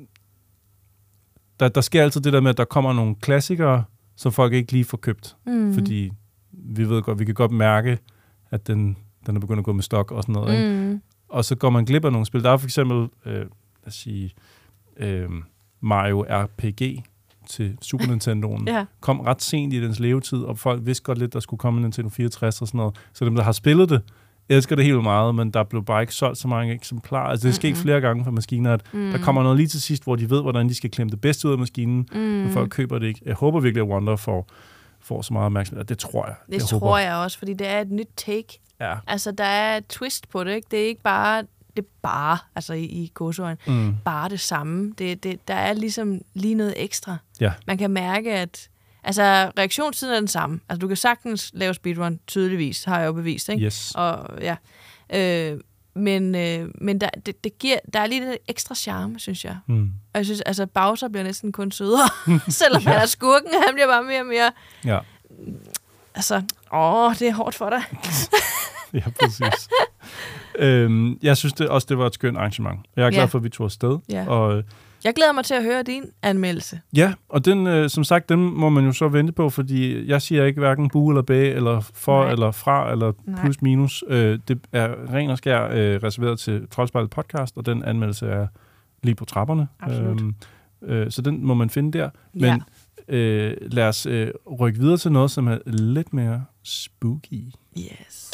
Der, der sker altid det der med, at der kommer nogle klassikere, som folk ikke lige får købt. Mm. Fordi vi ved godt, vi kan godt mærke, at den, den er begyndt at gå med stok og sådan noget. Mm. Ikke? Og så går man glip af nogle spil. Der er for eksempel, øh, lad os sige, øh, Mario R P G til Super Nintendoen. ja. Kom ret sent i dens levetid, og folk vidste godt lidt, der skulle komme en Nintendo fireogtres og sådan noget. Så dem, der har spillet det, elsker det helt meget, men der blev bare ikke solgt så mange eksemplarer. Altså, det er sket flere gange for maskiner, at mm. der kommer noget lige til sidst, hvor de ved, hvordan de skal klemme det bedste ud af maskinen, mm. men folk køber det ikke. Jeg håber virkelig, at Wonder får, får så meget opmærksomhed. Det tror jeg. Det jeg tror håber. jeg også, fordi det er et nyt take. Ja. Altså, der er et twist på det, ikke? Det er ikke bare... Det er bare, altså i, i gåseøjne, mm. bare det samme. Det, det, der er ligesom lige noget ekstra. Ja. Man kan mærke, at altså, reaktionstiden er den samme. Altså, du kan sagtens lave speedrun, tydeligvis, har jeg jo bevist, ikke? Yes. Og, ja. øh, men øh, men der, det, det giver, der er lige lidt ekstra charme, synes jeg. Mm. Og jeg synes, altså, Bowser bliver næsten kun sødere, selvom ja. han er skurken, han bliver bare mere og mere... Ja. Altså, åh, det er hårdt for dig. Ja, præcis. øhm, jeg synes det, også, det var et skønt arrangement. Jeg er glad ja. for, at vi tog afsted. Ja. Og, jeg glæder mig til at høre din anmeldelse. ja, og den, øh, som sagt, den må man jo så vente på, fordi jeg siger ikke hverken bu eller bæ, eller for, Nej. eller fra, eller plus minus. Øh, det er ren og skær øh, reserveret til Troldspejlet podcast, og den anmeldelse er lige på trapperne. Øhm, øh, så den må man finde der. Men ja. øh, lad os øh, rykke videre til noget, som er lidt mere spooky. Yes.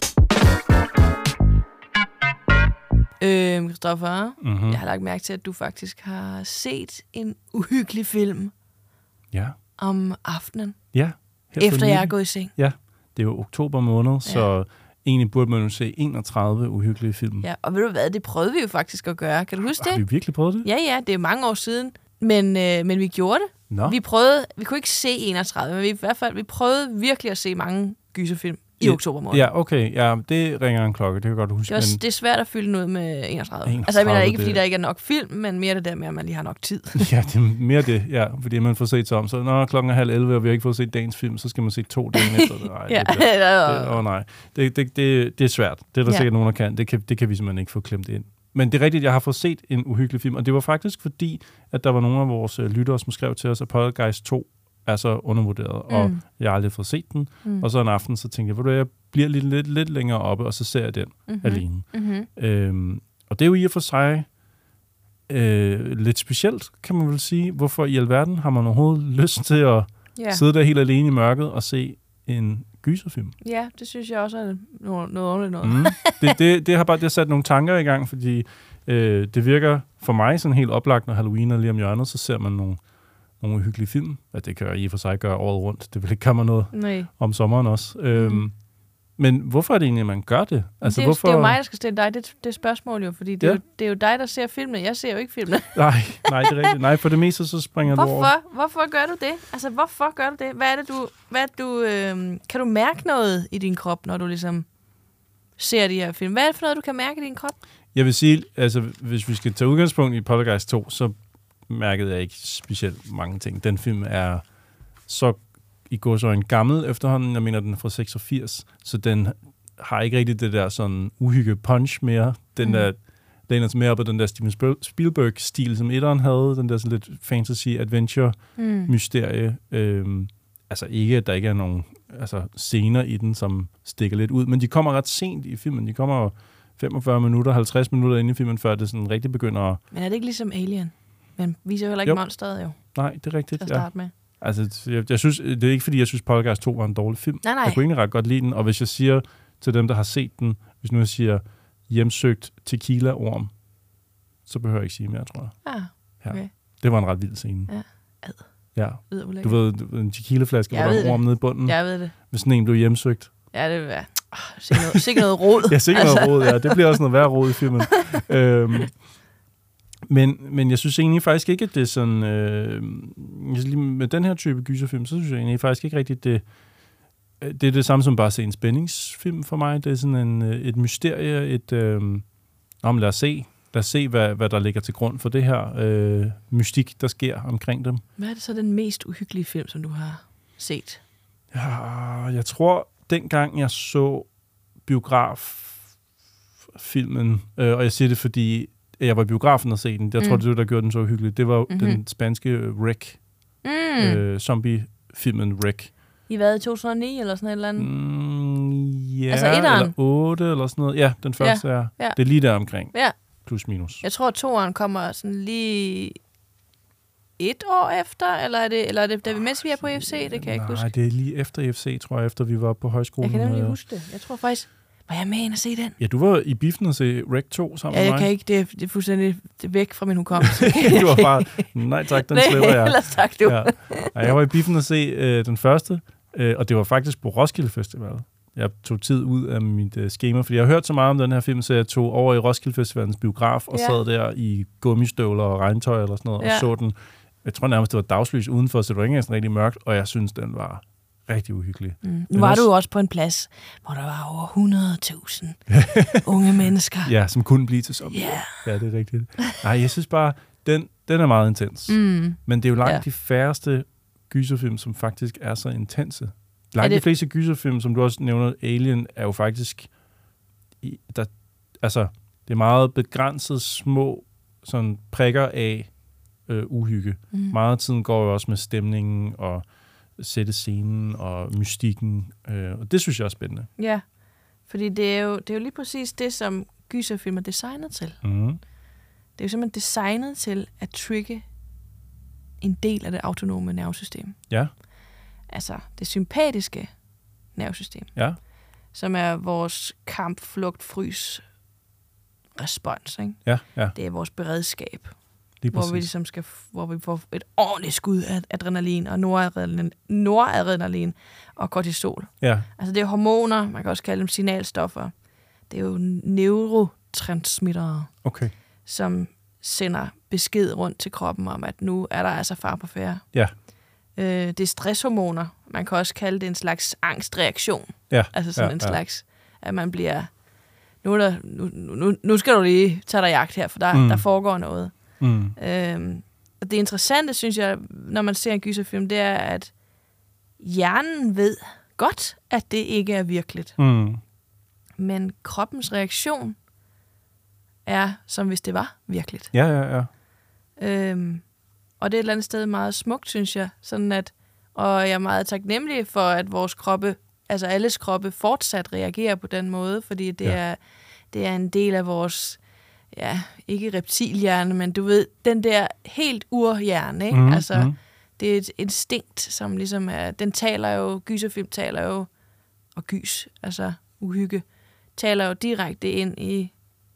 Øhm, Christoffer, mm-hmm. jeg har lagt mærke til, at du faktisk har set en uhyggelig film ja. om aftenen. Ja. Efter jeg er gået i seng. Ja, det er jo oktober måned, ja. så egentlig burde man jo se enogtredive uhyggelige film. Ja, og ved du hvad, det prøvede vi jo faktisk at gøre. Kan du huske det? Har vi virkelig prøvet det? Ja, ja, det er mange år siden, men, øh, men vi gjorde det. Nå. Vi prøvede, vi kunne ikke se enogtredive, men vi, i hvert fald, vi prøvede virkelig at se mange gyserfilm i ja, oktober måned. Ja, okay. Ja, det ringer en klokke, det kan jeg godt huske. Det, var, men... det er svært at fylde noget med enogtredive. enogtredive Altså, jeg mener ikke, fordi det... der ikke er nok film, men mere det der med, at man lige har nok tid. Ja, det er mere det, ja. Fordi man får set sig om, så når klokken er halv elleve, og vi har ikke fået set dagens film, så skal man se to dagen efter. Nej, ja. det, det, åh, nej. Det, det, det, det er svært. Det er der ja. sikkert nogen, der kan. Det, kan. det kan vi simpelthen ikke få klemt ind. Men det er rigtigt, jeg har fået set en uhyggelig film, og det var faktisk fordi, at der var nogle af vores lyttere, som skrev til os, at Poltergeist to er så undervurderet, mm. og jeg har aldrig fået set den. Mm. Og så en aften, så tænkte jeg, ved du, jeg bliver lidt, lidt, lidt længere oppe, og så ser jeg den mm-hmm. alene. Mm-hmm. Øhm, og det er jo i og for sig øh, lidt specielt, kan man vel sige. Hvorfor i alverden har man overhovedet lyst til at yeah. sidde der helt alene i mørket og se en gyserfilm? Ja, det synes jeg også er noget, noget ordentligt noget. Mm. det, det, det har bare det har sat nogle tanker i gang, fordi øh, det virker for mig sådan helt oplagt, når Halloween er lige om hjørnet, så ser man nogle nogle uhyggelige film. Ja, det kan jeg i og for sig gøre året rundt. Det vil ikke komme noget Nej. om sommeren også. Mm. Øhm, Men hvorfor er det egentlig, at man gør det? Altså, det, er jo, hvorfor... det er jo mig, der skal stille dig det, det spørgsmål jo, fordi det, Ja. er jo, det er jo dig, der ser filmene. Jeg ser jo ikke filmene. Nej, nej, det er rigtigt. Nej, for det meste, så springer hvorfor? du over. Hvorfor gør du det? Altså, hvorfor gør du det? Hvad er det, du... Hvad er det, du øh, kan du mærke noget i din krop, når du ligesom ser de her film? Hvad er det for noget, du kan mærke i din krop? Jeg vil sige, altså, hvis vi skal tage udgangspunkt i Poltergeist to, så mærkede jeg ikke specielt mange ting. Den film er så i går så en gammel efterhånden. Jeg mener, den er fra seksogfirs, så den har ikke rigtig det der sådan uhygge punch mere. Den Mm. der læner sig mere op af den der Steven Spielberg-stil, som etteren havde. Den der sådan lidt fantasy-adventure-mysterie. Mm. Øhm, altså ikke, at der ikke er nogen altså, scener i den, som stikker lidt ud, men de kommer ret sent i filmen. De kommer femogfyrre minutter, halvtreds minutter ind i filmen, før det sådan rigtig begynder at... Men er det ikke ligesom Alien? Men viser jo heller ikke Jo. monsteret jo, Nej, det er rigtigt. til at Ja. starte med. Altså, jeg, jeg synes, det er ikke, fordi jeg synes, Poltergeist to var en dårlig film. Nej, nej. Jeg kunne egentlig ret godt lide den, og hvis jeg siger til dem, der har set den, hvis nu jeg siger hjemsøgt tequila-orm, så behøver jeg ikke sige mere, tror jeg. Ah, Ja. okay. Det var en ret vild scene. Ja. Ad. Ja. Ved du, Du ved, du ved, en tequilaflaske, Jeg hvor der ved er en orm det. nede i bunden, Jeg ved det. hvis sådan en blev hjemsøgt. Ja, det vil være... Oh, sikkert noget, sikkert noget rod. Ja, sikkert noget råd, ja. Det bliver også noget værre råd i filmen. øhm, men, men jeg synes egentlig faktisk ikke, at det er sådan... Øh, lige med den her type gyserfilm, så synes jeg egentlig faktisk ikke rigtigt, det, det er det samme som bare at se en spændingsfilm for mig. Det er sådan en, et mysterie, et... Øh, om lad os se, lad os se hvad, hvad der ligger til grund for det her øh, mystik, der sker omkring dem. Hvad er det så den mest uhyggelige film, som du har set? Ja, jeg tror, dengang jeg så biograffilmen, øh, og jeg siger det, fordi jeg var i biografen og se den, jeg Mm. tror, det var, der gjorde den så uhyggelig. Det var Mhm. den spanske Rec, Mm. øh, zombie-filmen Rec. I hvad, i to tusind og ni eller sådan et eller andet? Mm, ja, Altså etteren? eller otte eller sådan noget. Ja, den første er. ja. Det er lige der omkring. Ja. Plus minus. Jeg tror, at toeren kommer sådan lige et år efter, eller er det, eller er det da vi, mens vi er på E F C? Det kan jeg ikke Nej, huske. det er lige efter E F C, tror jeg, efter vi var på højskolen. Jeg kan nemlig Øh, huske det. Jeg tror faktisk, var jeg med ind at se den? Ja, du var i biffen og se Rec to sammen Ja, med jeg mig. kan ikke. Det er, det er fuldstændig det er væk fra min hukommelse. Du var bare, nej tak, den slipper jeg. Ellers tak, du. Ja. Nej, jeg var i biffen og se øh, den første, øh, og det var faktisk på Roskilde Festival. Jeg tog tid ud af mit øh, schema, fordi jeg har hørt så meget om den her film, så jeg tog over i Roskilde Festivalens biograf og Ja. sad der i gummistøvler og regntøj eller sådan noget, Ja. og så den. Jeg tror nærmest, det var dagslys udenfor, så det var ikke engang sådan rigtig mørkt, og jeg synes, den var rigtig uhyggelig. Mm. Nu Men var også- du jo også på en plads, hvor der var over hundrede tusind unge mennesker. Ja, som kunne blive til zombie. Ja. Ja, det er rigtigt. Nej, jeg synes bare, den, den er meget intens. Mm. Men det er jo langt Ja. de færreste gyserfilm, som faktisk er så intense. Langt det- de fleste gyserfilm, som du også nævner, Alien, er jo faktisk... I, der, altså, det er meget begrænset små sådan prikker af øh, uhygge. Mm. Meget af tiden går jo også med stemningen og sætte scenen og mystikken. Øh, og det synes jeg er spændende. Ja, fordi det er, jo, det er jo lige præcis det, som gyserfilm er designet til. Mm. Det er jo simpelthen designet til at trigge en del af det autonome nervesystem. Ja, Altså det sympatiske nervesystem, ja, som er vores kamp, flugt, frys respons. Ikke? ja, ja, Det er vores beredskab, lige hvor vi, præcis. ligesom skal, hvor vi får et ordentligt skud af adrenalin og noradrenalin, noradrenalin og kortisol. Ja, Altså det er hormoner, man kan også kalde dem signalstoffer. Det er jo neurotransmittere, okay. som sender besked rundt til kroppen om, at nu er der altså far på færde. Ja. Øh, det er stresshormoner. Man kan også kalde det en slags angstreaktion. Ja, Altså sådan ja, en ja. slags, at man bliver... Nu, er der, nu, nu, nu skal du lige tage dig jagt her, for der, Mm. mm. der foregår noget. Mm. Øhm, og det interessante, synes jeg, når man ser en gyserfilm, det er, at hjernen ved godt, at det ikke er virkeligt. Mm. Men kroppens reaktion er, som hvis det var virkeligt. Ja, ja, ja. Øhm, og det er et eller andet sted meget smukt, synes jeg. Sådan at, og jeg er meget taknemmelig for, at vores kroppe, altså alles kroppe, fortsat reagerer på den måde, fordi det, Ja. er, det er en del af vores, ja, ikke reptilhjerne, men du ved, den der helt urhjerne, ikke? Mm. Altså, mm. det er et instinkt, som ligesom er, den taler jo, gyserfilm taler jo, og gys, altså uhygge, taler jo direkte ind i,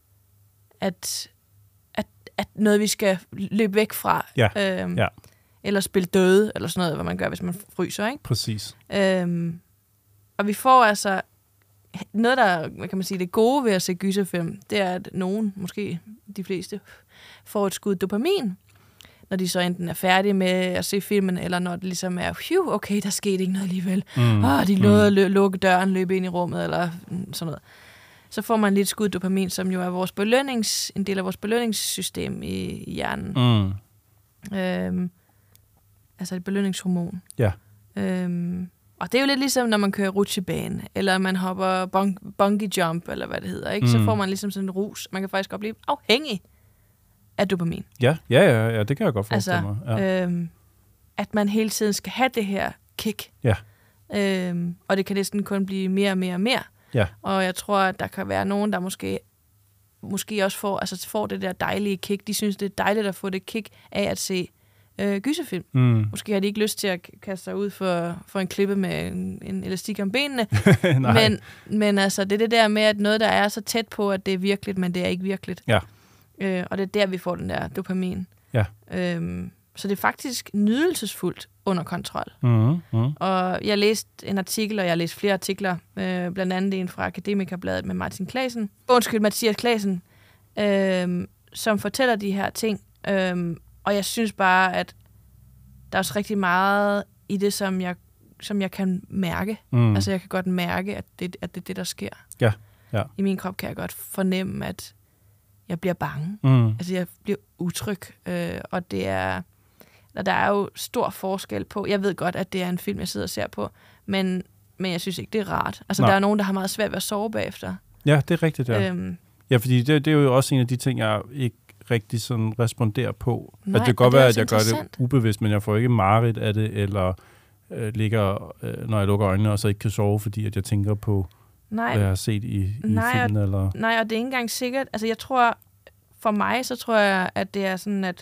at, at, at noget, vi skal løbe væk fra. Ja, Øhm, ja. Eller spille døde, eller sådan noget, hvad man gør, hvis man fryser, ikke? Præcis. Øhm, og vi får altså noget, der hvad kan man sige, det gode ved at se gyserfilm, det er, at nogen, måske de fleste, får et skud dopamin, når de så enten er færdige med at se filmen, eller når det ligesom er, phew, okay, der skete ikke noget alligevel. Mm. Oh, de nåede mm. at lukke døren, løbe ind i rummet, eller sådan noget. Så får man lidt skud dopamin, som jo er vores belønnings, en del af vores belønningssystem i, i hjernen. Mm. Øhm, altså et belønningshormon. Ja. Øhm, og det er jo lidt ligesom, når man kører rutsjebane, eller man hopper bung- bungee jump, eller hvad det hedder, ikke? Mm. Så får man ligesom sådan en rus. Man kan faktisk godt blive afhængig af dopamin. Ja, ja, ja, ja, det kan jeg godt forestille altså, mig. Ja. Øhm, at man hele tiden skal have det her kick. Ja. Øhm, og det kan næsten kun blive mere og mere og mere. Ja. Og jeg tror, at der kan være nogen, der måske, måske også får, altså får det der dejlige kick. De synes, det er dejligt at få det kick af at se øh, gyserfilm. Mm. Måske har de ikke lyst til at kaste sig ud for, for en klippe med en, en elastik om benene. men, men altså, det er det der med, at noget, der er så tæt på, at det er virkeligt, men det er ikke virkeligt. Ja. Øh, og det er der, vi får den der dopamin. Ja. Øhm, så det er faktisk nydelsesfuldt under kontrol. Mm-hmm. Mm. Og jeg læste en artikel, og jeg har læst flere artikler, øh, blandt andet en fra Akademikerbladet med Martin Claesen. Undskyld, Mathias Claesen, øh, som fortæller de her ting. Øh, og jeg synes bare, at der er også rigtig meget i det, som jeg, som jeg kan mærke. Mm. Altså, jeg kan godt mærke, at det, at det er det, der sker. Ja. Ja. I min krop kan jeg godt fornemme, at jeg bliver bange. Mm. Altså, jeg bliver utryg. Øh, og det er... Og der er jo stor forskel på... Jeg ved godt, at det er en film, jeg sidder og ser på, men, men jeg synes ikke, det er rart. Altså, Nej. Der er nogen, der har meget svært ved at sove bagefter. Ja, det er rigtigt, ja. Øhm, ja, fordi det, det er jo også en af de ting, jeg ikke rigtig sådan responderer på. Nej, at det kan godt være, at jeg gør det interessant. ubevidst, men jeg får ikke mareridt af det, eller øh, ligger, øh, når jeg lukker øjnene, og så ikke kan sove, fordi at jeg tænker på, nej, hvad jeg har set i, i nej, filmen. Og, eller... nej, og det er ikke engang sikkert. Altså, jeg tror... For mig, så tror jeg, at det er sådan, at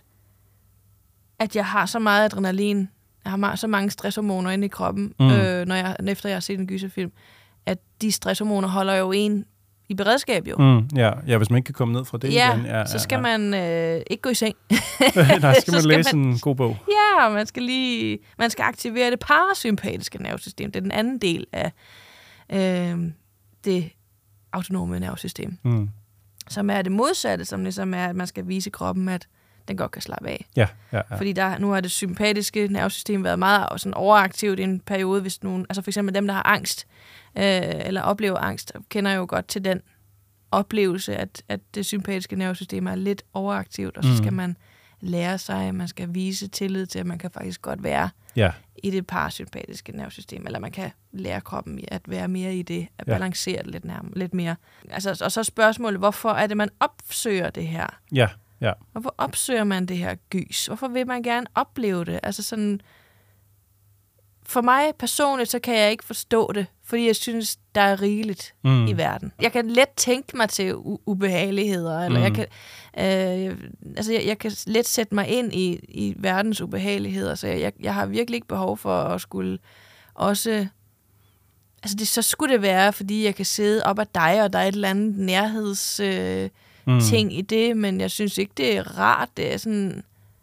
at jeg har så meget adrenalin, jeg har så mange stresshormoner inde i kroppen, mm. øh, når jeg, efter jeg har set en gyserfilm, at de stresshormoner holder jo en i beredskab jo. Mm, ja. ja, hvis man ikke kan komme ned fra det ja, igen. Ja, så skal ja, ja. man øh, ikke gå i seng. Nej, skal man skal læse man, en god bog. Ja, man skal lige, man skal aktivere det parasympatiske nervesystem. Det er den anden del af øh, det autonome nervesystem. Mm. Som er det modsatte, som ligesom er, at man skal vise kroppen, at den godt kan slappe af. Ja, ja, ja. Fordi der, nu har det sympatiske nervesystem været meget sådan overaktivt i en periode, hvis nogen, altså for eksempel dem, der har angst, øh, eller oplever angst, kender jo godt til den oplevelse, at, at det sympatiske nervesystem er lidt overaktivt, og så skal mm. man lære sig, man skal vise tillid til, at man kan faktisk godt være ja. i det parasympatiske nervesystem, eller man kan lære kroppen at være mere i det, at ja. balancere det lidt, nærmere, lidt mere. Altså, og så spørgsmålet, hvorfor er det, man opsøger det her? Ja, ja. Hvorfor opsøger man det her gys? Hvorfor vil man gerne opleve det? Altså sådan, for mig personligt, så kan jeg ikke forstå det, fordi jeg synes, der er rigeligt mm. i verden. Jeg kan let tænke mig til u- ubehageligheder, eller mm. jeg kan, øh, altså jeg, jeg kan let sætte mig ind i, i verdens ubehageligheder, så jeg, jeg har virkelig ikke behov for at skulle også... Altså det, så skulle det være, fordi jeg kan sidde op ad dig, og der er et eller andet nærheds... Øh, Mm. ting i det, men jeg synes ikke, det er rart. Det er sådan...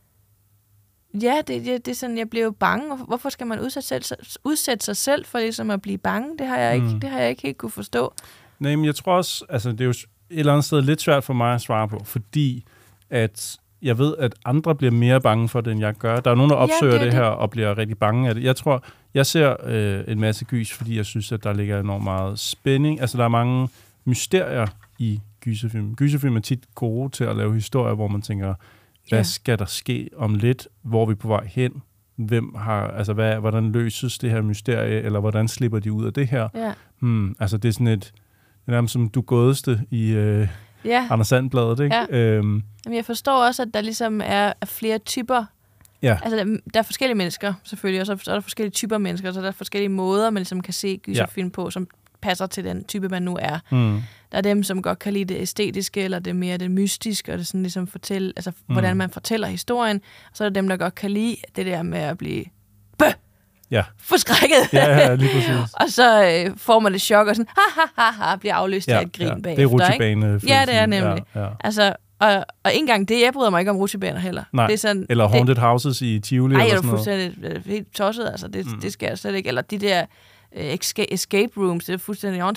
Ja, det, det, det er sådan, jeg bliver jo bange. Hvorfor skal man udsætte, selv, udsætte sig selv for ligesom at blive bange? Det har jeg ikke, mm. det har jeg ikke helt kunne forstå. Nej, men jeg tror også, altså det er jo et eller andet sted lidt svært for mig at svare på, fordi at jeg ved, at andre bliver mere bange for det, end jeg gør. Der er nogen, der opsøger ja, det, det her og bliver rigtig bange af det. Jeg tror, jeg ser øh, en masse gys, fordi jeg synes, at der ligger enormt meget spænding. Altså, der er mange mysterier i gyserfilm. Gyserfilm er tit gode til at lave historier, hvor man tænker, hvad yeah. skal der ske om lidt? Hvor er vi på vej hen? Hvem har, altså hvad, hvordan løses det her mysterie, eller hvordan slipper de ud af det her? Yeah. Hmm, altså det er sådan et, det er nærmest som du godeste i øh, yeah. Anders Sandbladet, ikke? Yeah. Øhm. Jamen jeg forstår også, at der ligesom er flere typer. Ja. Altså der, der er forskellige mennesker, selvfølgelig, og så er der forskellige typer mennesker, så der er forskellige måder, man ligesom kan se gyserfilm yeah. på, som passer til den type, man nu er. Mm. Der er dem, som godt kan lide det æstetiske, eller det mere det mystiske, og det sådan ligesom fortælle, altså mm. hvordan man fortæller historien. Og så er der dem, der godt kan lide det der med at blive bøh, ja. forskrækket. Ja, ja, lige præcis. Og så øh, får man lidt chok, og sådan, ha, ha, ha, ha, bliver afløst ja, af et grin ja. bagefter. Det er rutsjebane. Ja, det er nemlig. Ja, ja. Altså, og, og ikke engang det, jeg bryder mig ikke om rutsjebaner heller. Nej, det er sådan, eller Haunted det, Houses i Tivoli. Nej, eller jeg er fuldstændig helt tosset, altså. Det, mm. det skal jeg slet ikke. Eller de der escape rooms, det er fuldstændig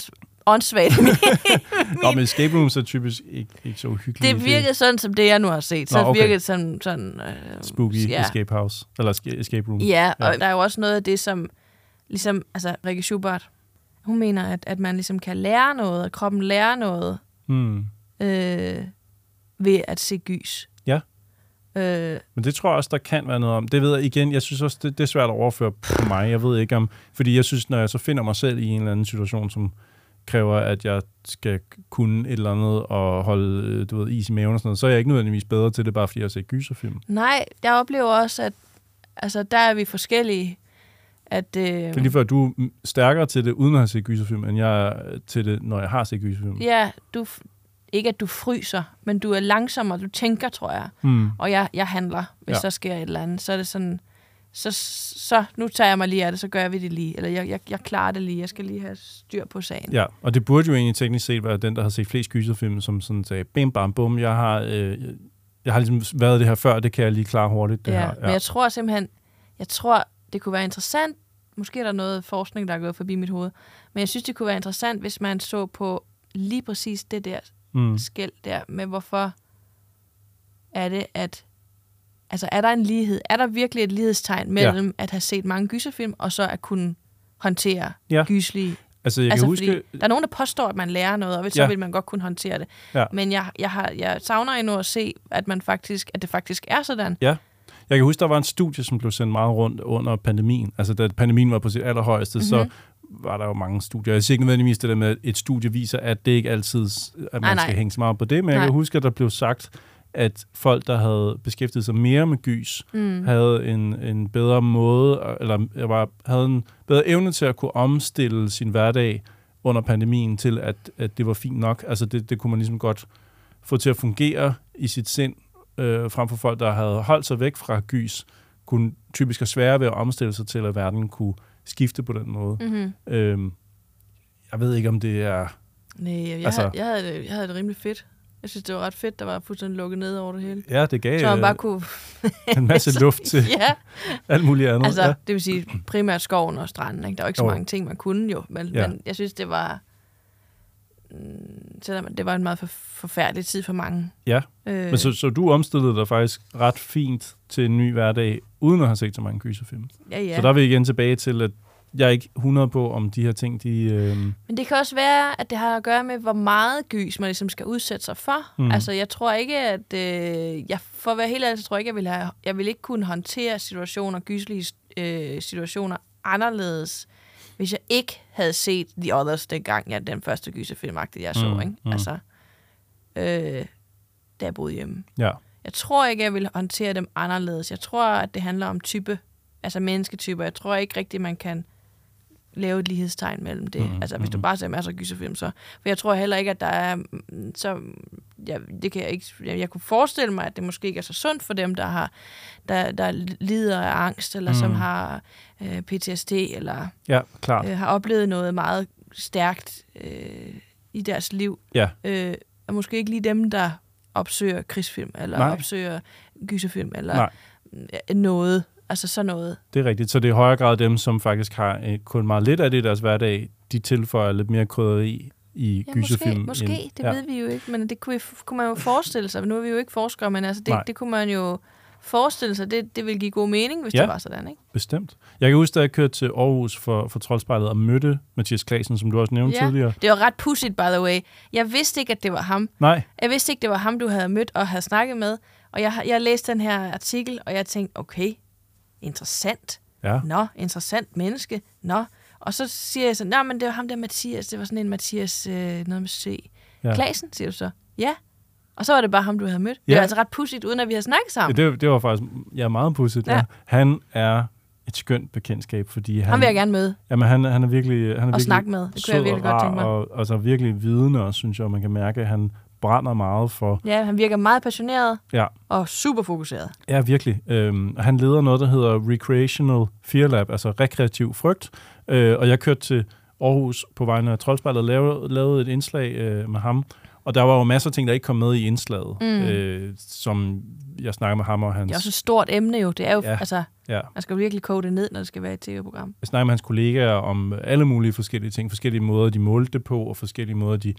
åndssvagt. Nå, men escape rooms er typisk ikke, ikke så uhyggelige. Det virkede sådan, som det, jeg nu har set. Så Nå, okay. det virkede sådan... sådan øh, Spooky ja. escape house. Eller escape room. Ja, og ja. Der er jo også noget af det, som... Ligesom, altså, Rikke Schubert, hun mener, at, at man ligesom kan lære noget, at kroppen lærer noget Hmm. øh, ved at se gys. Ja. Øh, Men det tror jeg også, der kan være noget om. Det ved jeg igen, jeg synes også, det, det er svært at overføre på mig. Jeg ved ikke om... Fordi jeg synes, når jeg så finder mig selv i en eller anden situation, som kræver, at jeg skal kunne et eller andet og holde, du ved, is i maven og sådan noget, så er jeg ikke nødvendigvis bedre til det, bare fordi jeg har set gyserfilm. nej, jeg oplever også, at altså, der er vi forskellige. At, øh, Det er lige før, at du er stærkere til det, uden at have set gyserfilm, end jeg er til det, når jeg har set gyserfilm. ja, du, ikke at du fryser, men du er langsommere, du tænker, tror jeg. Hmm. Og jeg, jeg handler, hvis Ja. ja. der sker et eller andet. Så er det sådan, så, så nu tager jeg mig lige af det, så gør vi det lige. Eller jeg, jeg, jeg klarer det lige, jeg skal lige have styr på sagen. Ja, og det burde jo egentlig teknisk set være den, der har set flest gyserfilm, som sådan sagde, bim, bam, bum, jeg har, øh, jeg har ligesom været det her før, det kan jeg lige klare hurtigt. Det ja, her. men jeg tror simpelthen, jeg tror, det kunne være interessant, måske er der noget forskning, der er gået forbi mit hoved, men jeg synes, det kunne være interessant, hvis man så på lige præcis det der Mm. skæld der, med hvorfor er det, at altså er der en lighed, er der virkelig et lighedstegn mellem ja. at have set mange gyserfilm, og så at kunne håndtere Ja. gyslige. Altså, jeg Altså, kan huske... der er nogen, der påstår, at man lærer noget, og så Ja. vil man godt kunne håndtere det. Ja. Men jeg, jeg, har, jeg savner endnu at se, at, man faktisk, at det faktisk er sådan. Ja. Jeg kan huske, der var en studie, som blev sendt meget rundt under pandemien. Altså, da pandemien var på sit allerhøjeste, mm-hmm. så var der jo mange studier. Jeg siger ikke nødvendigvis det der med, at et studie viser, at det ikke altid, at man nej, nej. skal hænge så meget på det, men Nej. jeg kan huske, at der blev sagt, at folk, der havde beskæftiget sig mere med gys, Mm. havde en, en bedre måde, eller jeg var, havde en bedre evne til at kunne omstille sin hverdag under pandemien til, at, at det var fint nok. Altså, det, det kunne man ligesom godt få til at fungere i sit sind, øh, frem for folk, der havde holdt sig væk fra gys, kunne typisk have sværere ved at omstille sig til, at verden kunne skifte på den måde. Mm-hmm. Øhm, jeg ved ikke, om det er... Nej, jeg, jeg, Altså- havde, jeg, havde det, jeg havde det rimelig fedt. Jeg synes, det var ret fedt, der var fuldstændig lukket ned over det hele. Ja, det gav Så man bare øh, kunne... en masse luft til ja, alt muligt andet. altså, Ja. det vil sige primært skoven og stranden. Ikke? Der var ikke så Jo. mange ting, man kunne jo, men, Ja. men jeg synes, det var... mm, Selvom det var en meget for, forfærdelig tid for mange. Ja, Øh, men så, så du omstillede dig faktisk ret fint til en ny hverdag, uden at have set så mange gyserfilm. ja, ja. Så der er vi igen tilbage til, at jeg er ikke hundrede på, om de her ting, de... Øh, Men det kan også være, at det har at gøre med, hvor meget gys man ligesom skal udsætte sig for. Mm. Mm. Altså, jeg tror ikke, at... Øh, jeg, for at være helt ærlig, så tror jeg ikke, jeg vil, have, jeg vil ikke kunne håndtere situationer, gyslige øh, situationer, anderledes, hvis jeg ikke havde set The Others, dengang jeg den første gyserfilmagtige, jeg så. Mm, Ikke? mm. Altså, øh, da jeg boede hjemme. ja, Jeg tror ikke, jeg vil håndtere dem anderledes. Jeg tror, at det handler om type, altså mennesketyper. Jeg tror ikke rigtigt, man kan lave et lighedstegn mellem det. Mhm, Mm, altså, hvis du mhm. bare ser masser af gyserfilm, så... For jeg tror heller ikke, at der er... mm, Så, ja, det kan jeg ikke... Jeg, jeg kunne forestille mig, at det måske ikke er så sundt for dem, der har der, der lider af angst, eller mm. som Mhm. har øh, P T S D, eller ja, klart. øh, har oplevet noget meget stærkt øh, i deres liv. Ja, Øh, og måske ikke lige dem, der opsøger krigsfilm, eller Nej. Nej. opsøger gyserfilm, eller Nej. noget. Altså sådan noget. det er rigtigt. Så det er i højere grad dem, som faktisk har øh, kun meget lidt af det i deres hverdag, de tilføjer lidt mere krydderi i Ja, gyserfilm. måske, måske. end- Det ja. ved vi jo ikke, men det kunne, vi, kunne man jo forestille sig. Nu er vi jo ikke forskere, men altså Nej. det, det kunne man jo forestille sig. Det, det ville give god mening, hvis Ja. det var sådan, ikke? Bestemt. Jeg kan huske, da jeg kørte til Aarhus for, for Troldspejlet og mødte Mathias Claesen, som du også nævnte Ja. tidligere. Det var ret pudsigt, by the way. Jeg vidste ikke, at det var ham. Nej, Jeg vidste ikke, det var ham, du havde mødt og havde snakket med. Og jeg, jeg læste den her artikel, og jeg tænkte, okay, interessant. ja. Nå, interessant menneske. Nå. Og så siger jeg så, nej, men det var ham der Mathias. Det var sådan en Mathias, øh, noget med C. Ja. Ja. Claesen, siger du så. Ja. Og så var det bare ham, du havde mødt. Det Ja. var altså ret pudsigt, uden at vi havde snakket sammen. Det, det var faktisk ja, meget pudsigt. Ja. Ja. Han er et skønt bekendtskab, fordi han... Ham vil jeg gerne møde Jamen, han, han er virkelig... Han er og virkelig snakke med. Det kunne jeg sød virkelig og godt tænke mig. Og, altså virkelig vidende, og synes jeg, man kan mærke, at han brænder meget for... Ja, han virker meget passioneret Ja, og super fokuseret. ja virkelig. Øhm, han leder noget, der hedder Recreational Fear Lab, altså rekreativ frygt. Øh, og jeg kørte til Aarhus på vegne af Troldspejlet og lavede, lavede et indslag øh, med ham. Og der var jo masser af ting, der ikke kom med i indslaget, mm. øh, som jeg snakker med ham og hans... Det er også et stort emne jo. Det er jo, ja, altså, ja. man skal virkelig koge det ned, når det skal være et tv-program. Jeg snakker med hans kollegaer om alle mulige forskellige ting, forskellige måder, de målte det på, og forskellige måder, de,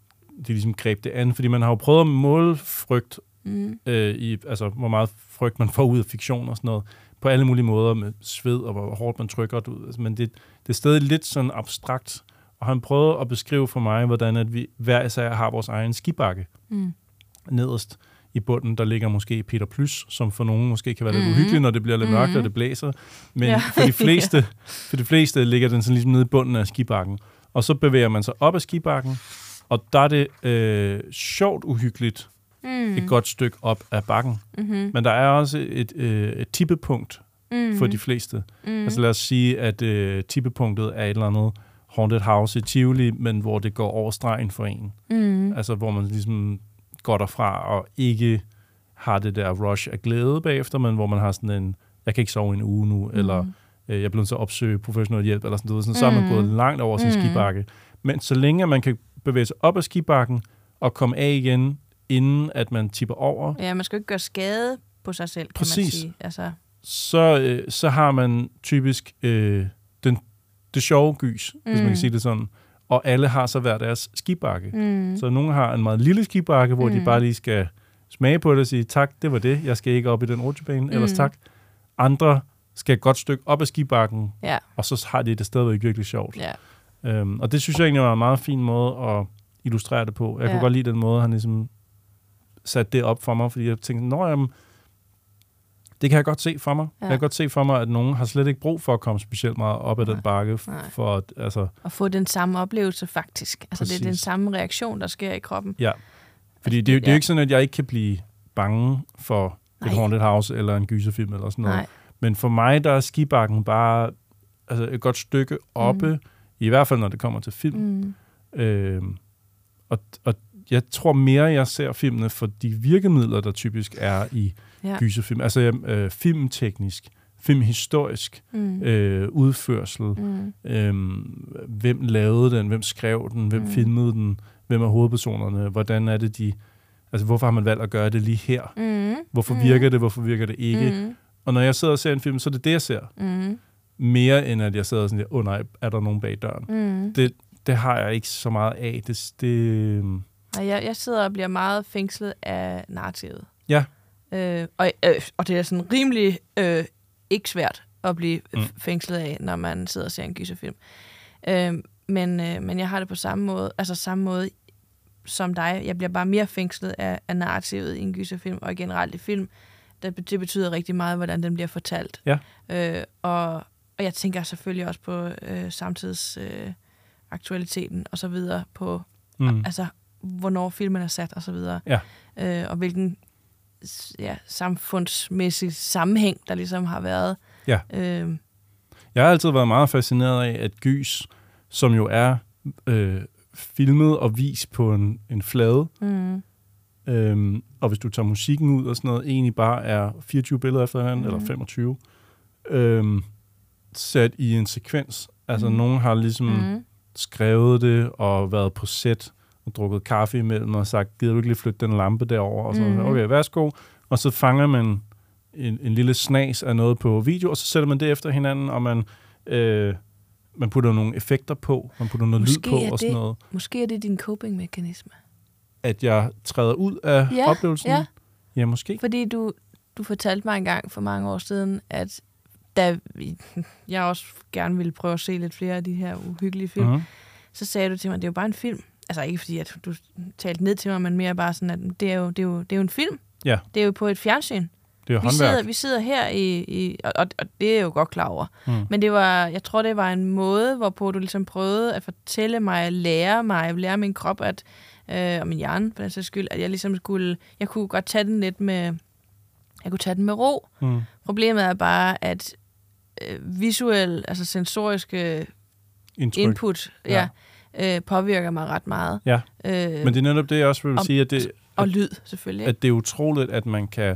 de ligesom greb det an. Fordi man har jo prøvet at måle frygt, mm. øh, i, altså hvor meget frygt man får ud af fiktion og sådan noget, på alle mulige måder med sved, og hvor hårdt man trykker det ud. Altså, men det, det er stadig lidt sådan abstrakt. Og han prøvede at beskrive for mig, hvordan at vi hver især har vores egen skibakke. Mm. Nederst i bunden, der ligger måske Peter Plys, som for nogen måske kan være lidt mm. uhyggeligt, når det bliver lidt mørkt, mm. og det blæser. Men ja. for, de fleste, for de fleste ligger den sådan ligesom nede i bunden af skibakken. Og så bevæger man sig op ad skibakken, og der er det øh, sjovt uhyggeligt mm. et godt stykke op ad bakken. Mm-hmm. Men der er også et, øh, et tippepunkt mm. for de fleste. Mm. Altså lad os sige, at øh, tippepunktet er et eller andet haunted house i Tivoli, men hvor det går over stregen for en. Mm. Altså, hvor man ligesom går derfra og ikke har det der rush af glæde bagefter, men hvor man har sådan en, jeg kan ikke sove en uge nu, mm. eller øh, jeg bliver nødt til at opsøge professionel hjælp, eller sådan noget. Sådan, mm. Så er man gået langt over sin mm. skibakke. Men så længe man kan bevæge sig op ad skibakken og komme af igen, inden at man tipper over. Ja, man skal ikke gøre skade på sig selv, kan præcis. Man sige. Altså. Så, øh, så har man typisk øh, den det sjove gys, mm. hvis man kan sige det sådan. Og alle har så hver deres skibakke. Mm. Så nogle har en meget lille skibakke, hvor mm. de bare lige skal smage på det og sige, tak, det var det, jeg skal ikke op i den rutsjebane, mm. ellers tak. Andre skal et godt stykke op ad skibakken, ja. og så har de det stadigvæk virkelig sjovt. Ja. Øhm, og det synes jeg egentlig var en meget fin måde at illustrere det på. Jeg ja. kunne godt lide den måde, han ligesom satte det op for mig, fordi jeg tænkte, nå jamen, det kan jeg godt se for mig. Ja. Jeg kan godt se for mig, at nogen har slet ikke brug for at komme specielt meget op ad den bakke. F- for at, altså... at få den samme oplevelse, faktisk. Altså, det er den samme reaktion, der sker i kroppen. Ja, fordi det, det, det er jo ikke sådan, at jeg ikke kan blive bange for Nej. et haunted house eller en gyserfilm eller sådan noget. Nej. Men for mig, der er skibakken bare altså et godt stykke oppe, mm. i hvert fald når det kommer til film. Mm. Øh, og, og jeg tror mere, jeg ser filmene for de virkemidler, der typisk er i ja. gyserfilm. Altså øh, filmteknisk, filmhistorisk, mm. øh, udførsel, mm. øh, hvem lavede den, hvem skrev den, hvem mm. filmede den, hvem er hovedpersonerne, hvordan er det de... Altså, hvorfor har man valgt at gøre det lige her? Mm. Hvorfor mm. virker det, hvorfor virker det ikke? Mm. Og når jeg sidder og ser en film, så er det det, jeg ser. Mm. Mere end at jeg sidder sådan, åh oh, nej, er der nogen bag døren? Mm. Det, det har jeg ikke så meget af. Det... det Jeg, jeg sidder og bliver meget fængslet af narrativet. Ja. Øh, og, øh, og det er sådan rimelig øh, ikke svært at blive mm. fængslet af, når man sidder og ser en gyserfilm. Øh, men, øh, men jeg har det på samme måde, altså samme måde som dig. Jeg bliver bare mere fængslet af, af narrativet i en gyserfilm, og generelt i film. Det, det betyder rigtig meget, hvordan den bliver fortalt. Ja. Øh, og, og jeg tænker selvfølgelig også på øh, samtids øh, aktualiteten og så videre på, mm. altså hvornår filmen er sat og så videre. Ja. Øh, og hvilken ja, samfundsmæssig sammenhæng, der ligesom har været. Ja. Øh. Jeg har altid været meget fascineret af, at gys, som jo er øh, filmet og vist på en, en flade, mm. øhm, og hvis du tager musikken ud og sådan noget, egentlig bare er fireogtyve billeder efter hinanden, mm. eller femogtyve, øhm, sat i en sekvens. Altså, mm. nogen har ligesom mm. skrevet det og været på set og drukket kaffe imellem og sagt, gider du ikke lige flytte den lampe derover? Og så mm. okay, værsgo. Og så fanger man en, en lille snas af noget på video, og så sætter man det efter hinanden, og man, øh, man putter nogle effekter på, man putter noget måske lyd på og sådan det, noget. Måske er det din coping-mekanisme. At jeg træder ud af ja, oplevelsen? Ja. Ja, måske. Fordi du, du fortalte mig engang for mange år siden, at da vi, jeg også gerne ville prøve at se lidt flere af de her uhyggelige film, uh-huh. så sagde du til mig, at det er jo bare en film. Altså ikke fordi, at du talte ned til mig, men mere bare sådan, at det er jo, det er jo, det er jo en film. Ja. Det er jo på et fjernsyn. Det er jo vi håndværk. sidder, vi sidder her i, i og, og det er jeg jo godt klar over. Mm. Men det var, jeg tror, det var en måde, hvorpå du ligesom prøvede at fortælle mig, lære mig, lære min krop, at, øh, og min hjerne, for den sags skyld, at jeg ligesom skulle, jeg kunne godt tage den lidt med, jeg kunne tage den med ro. Mm. Problemet er bare, at øh, visuel, altså sensoriske Indtryk. input, ja. Ja, øh, påvirker mig ret meget. Ja, øh, men det er netop det, jeg også vil og, sige, at det... Og lyd, selvfølgelig. At det er utroligt, at man kan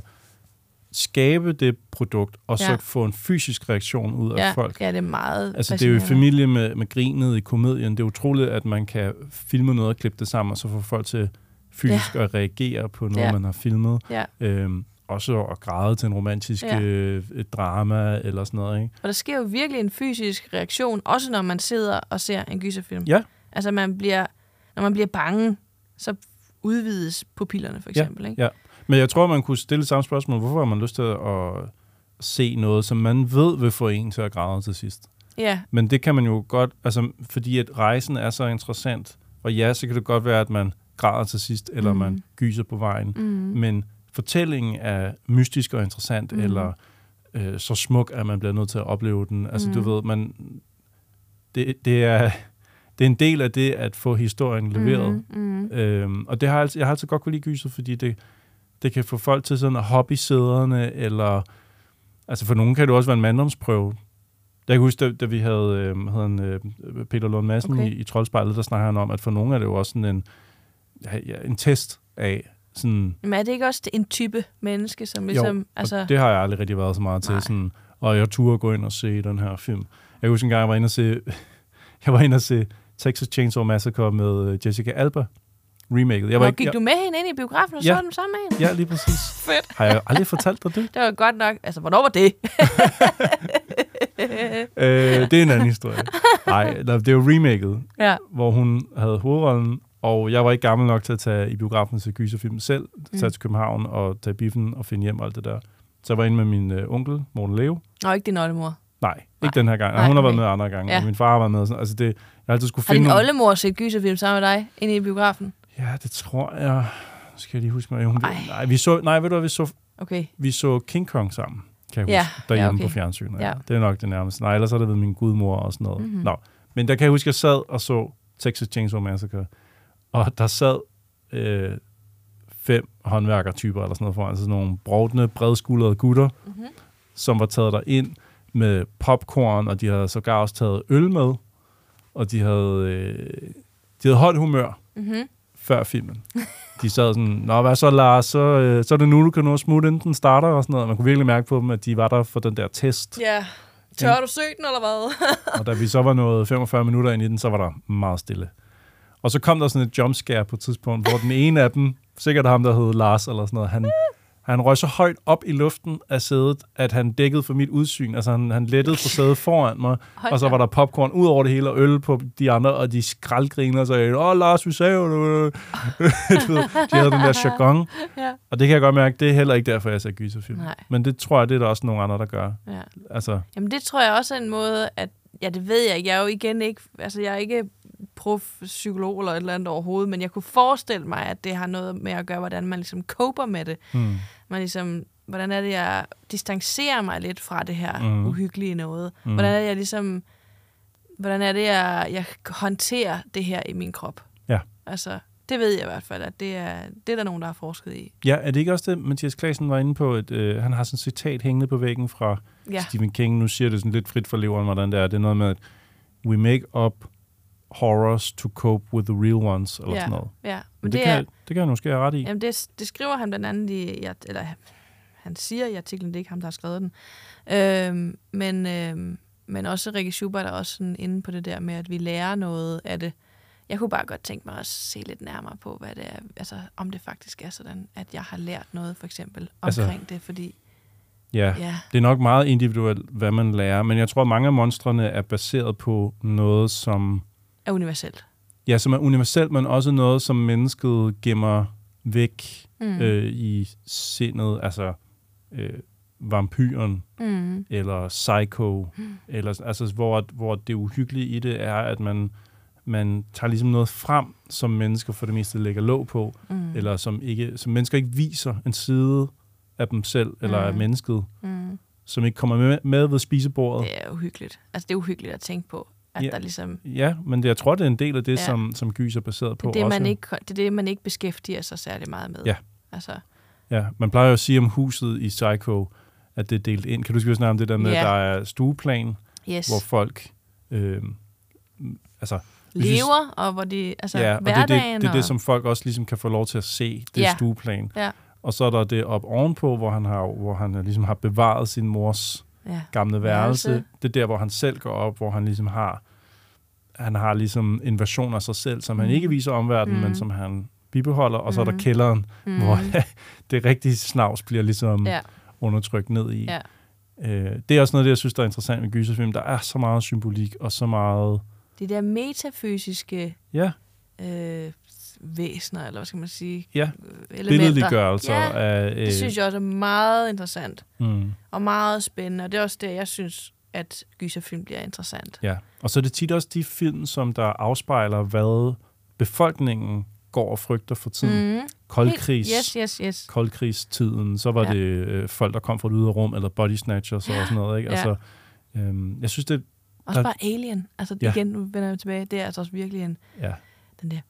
skabe det produkt, og ja. så få en fysisk reaktion ud af ja, folk. Ja, det er meget altså, det er jo i familie med, med grinet i komedien. Det er utroligt, at man kan filme noget og klippe det sammen, og så få folk til fysisk ja. at reagere på noget, ja. man har filmet. Ja. Øhm, også at græde til en romantisk ja. øh, drama eller sådan noget. Ikke? Og der sker jo virkelig en fysisk reaktion, også når man sidder og ser en gyserfilm. Ja. Altså, man bliver, når man bliver bange, så udvides pupillerne, for eksempel. Ja. Ikke? Ja. Men jeg tror, man kunne stille samme spørgsmål. Hvorfor har man lyst til at se noget, som man ved vil få en til at græde til sidst? Ja. Men det kan man jo godt, altså, fordi at rejsen er så interessant. Og ja, så kan det godt være, at man græder til sidst, eller mm. man gyser på vejen. Mm. Men fortællingen er mystisk og interessant, mm. eller øh, så smuk, at man bliver nødt til at opleve den. Altså, mm. du ved, man, det, det, er, det er en del af det, at få historien leveret. Mm. Mm. Øhm, og det har altså, jeg har altid godt kunne lide gyser, fordi det, det kan få folk til sådan hobbysæderne, eller altså for nogen kan det også være en manddomsprøve. Jeg kan huske, da, da vi havde, øh, havde en, øh, Peter Lund Madsen okay. i, i Troldspejlet, der snakker han om, at for nogle er det jo også sådan en, ja, en test af sådan... Men er det ikke også en type menneske, som ligesom... Jo, altså... det har jeg aldrig rigtig været så meget til, sådan, og jeg turde gå ind og se den her film. Jeg kan huske en gang, jeg var inde og se, jeg var inde og se Texas Chainsaw Massacre med Jessica Alba, remaket. Jeg var Nå, ikke, gik jeg... du med hende ind i biografen og ja. så den sammen med hende? Ja, lige præcis. Fedt. Har jeg aldrig fortalt dig det? Det var godt nok. Altså, hvornår var det? øh, det er en anden historie. Nej, det er jo remaket, ja. hvor hun havde hovedrollen, og jeg var ikke gammel nok til at tage i biografen til gyserfilm selv, mm. tage til København og tage biffen og finde hjem og alt det der. Så jeg var inde med min øh, onkel, Morten Leo. Og ikke din oldemor? Nej, ikke Nej. den her gang. Nej, hun har været med andre gange, ja. og min far har været med. Sådan, altså det, jeg altid skulle har finde din oldemor set gyserfilm sammen med dig inde i biografen? Ja, det tror jeg. Skal jeg lige huske mig? Hun, nej, vi så, nej, ved du hvad, vi så, okay. vi så King Kong sammen, kan jeg huske, ja. derhjemme ja, okay. på fjernsynet. Ja. Ja. Det er nok det nærmeste. Nej, ellers har det været min gudmor og sådan noget. Mm-hmm. Nå. Men der kan jeg huske, at jeg sad og så Texas Chainsaw Massacre, og der sad øh, fem håndværkertyper eller sådan noget foran, altså sådan nogle brovdende, bredskuldrede gutter, mm-hmm. som var taget der ind med popcorn, og de havde sågar også taget øl med, og de havde, øh, de havde højt humør mm-hmm. før filmen. De sad sådan, nå, hvad så, Lars? Så, øh, så er det nu, du kan nå at smutte, inden den starter, og sådan noget. Man kunne virkelig mærke på dem, at de var der for den der test. Ja. Tør du søge den, eller hvad? Og da vi så var nået femogfyrre minutter ind i den, så var der meget stille. Og så kom der sådan et jumpscare på et tidspunkt, hvor den ene af dem, sikkert ham, der hed Lars eller sådan noget, han, han røg så højt op i luften af sædet, at han dækkede for mit udsyn. Altså han, han lettede på sædet foran mig, og så var der popcorn ud over det hele, og øl på de andre, og de skraldgriner og sagde, åh Lars, vi sagde jo det. De havde den der jargon. Ja. Og det kan jeg godt mærke, det er heller ikke derfor, jeg ser gyserfilm. Nej. Men det tror jeg, det er der også nogle andre, der gør. Ja. Altså. Jamen det tror jeg også er en måde, at, ja det ved jeg ikke, jeg er jo igen ikke, altså jeg er ikke prof-psykolog eller et eller andet overhovedet, men jeg kunne forestille mig, at det har noget med at gøre, hvordan man ligesom coper med det. Mm. Man ligesom, hvordan er det, jeg distancerer mig lidt fra det her mm. uhyggelige noget? Mm. Hvordan er det, jeg ligesom, hvordan er det, jeg, jeg håndterer det her i min krop? Ja. Altså, det ved jeg i hvert fald, at det er, det er der nogen, der har forsket i. Ja, er det ikke også det, Mathias Claesen var inde på, at øh, han har sådan et citat hængende på væggen fra ja. Stephen King, nu siger det sådan lidt frit for leveren, hvordan det er. Det er noget med, at we make up horrors to cope with the real ones, eller ja, sådan noget. Ja, men det, det, kan, er, det kan jeg måske have ret i. Jamen, det, det skriver han blandt andet i, eller han siger i artiklen, det er ikke ham, der har skrevet den, øhm, men, øhm, men også Rikke Schubert er også sådan inde på det der med, at vi lærer noget af det. Jeg kunne bare godt tænke mig at se lidt nærmere på, hvad det er, altså om det faktisk er sådan, at jeg har lært noget, for eksempel, omkring altså, det, fordi Ja, ja, det er nok meget individuelt, hvad man lærer, men jeg tror, at mange af monstrene er baseret på noget, som er universelt. Ja, som er universelt, men også noget, som mennesket gemmer væk mm. øh, i sindet. Altså øh, vampyren, mm. eller Psycho, mm. eller, altså, hvor, hvor det uhyggelige i det er, at man, man tager ligesom noget frem, som mennesker for det meste lægger låg på, mm. eller som, ikke, som mennesker ikke viser en side af dem selv, eller mm. af mennesket, mm. som ikke kommer med, med ved spisebordet. Det er uhyggeligt. Altså, det er uhyggeligt at tænke på. At ja, der ligesom ja, men det, jeg tror, det er en del af det, ja. som, som gys er baseret på. Det er det, også. Man ikke, det er det, man ikke beskæftiger sig særlig meget med. Ja. Altså. Ja, man plejer jo at sige om huset i Psycho, at det er delt ind. Kan du huske om det der med, at ja. der er stueplan, yes. hvor folk øh, altså, lever, og hvor de, altså ja, hverdagen. Og det, det, det er det, som folk også ligesom kan få lov til at se, det ja. stueplan. Ja. Og så er der det op ovenpå, hvor han har, hvor han ligesom har bevaret sin mors ja. gamle værelse. værelse. Det er der, hvor han selv går op, hvor han ligesom har han har ligesom en version af sig selv, som mm. han ikke viser omverdenen, mm. men som han bibeholder, og så er der Mhm. kælderen, Mhm. hvor det rigtige snavs bliver ligesom Ja. undertrykt ned i. Ja. Øh, det er også noget, det, jeg synes, der er interessant med gyserfilm. Der er så meget symbolik, og så meget... De der metafysiske Ja, øh, væsener, eller hvad skal man sige? ja. Elementer. Billedliggørelser Ja, af... Øh, det synes jeg også er meget interessant. mm, Og meget spændende. Og det er også det, jeg synes, at gyserfilm bliver interessant. ja. Og så er det tit også de film, som der afspejler, hvad befolkningen går og frygter for tiden. Mm. Koldkrigs, Yes, yes, yes. koldkrigstiden, så var Ja. det øh, folk, der kom fra et ydre rum, eller body snatchers og sådan noget. Ikke? Ja. Altså, øhm, jeg synes, det... Også Der- bare Alien. Altså Ja. igen, nu vender jeg tilbage. Det er altså også virkelig en, Ja, den der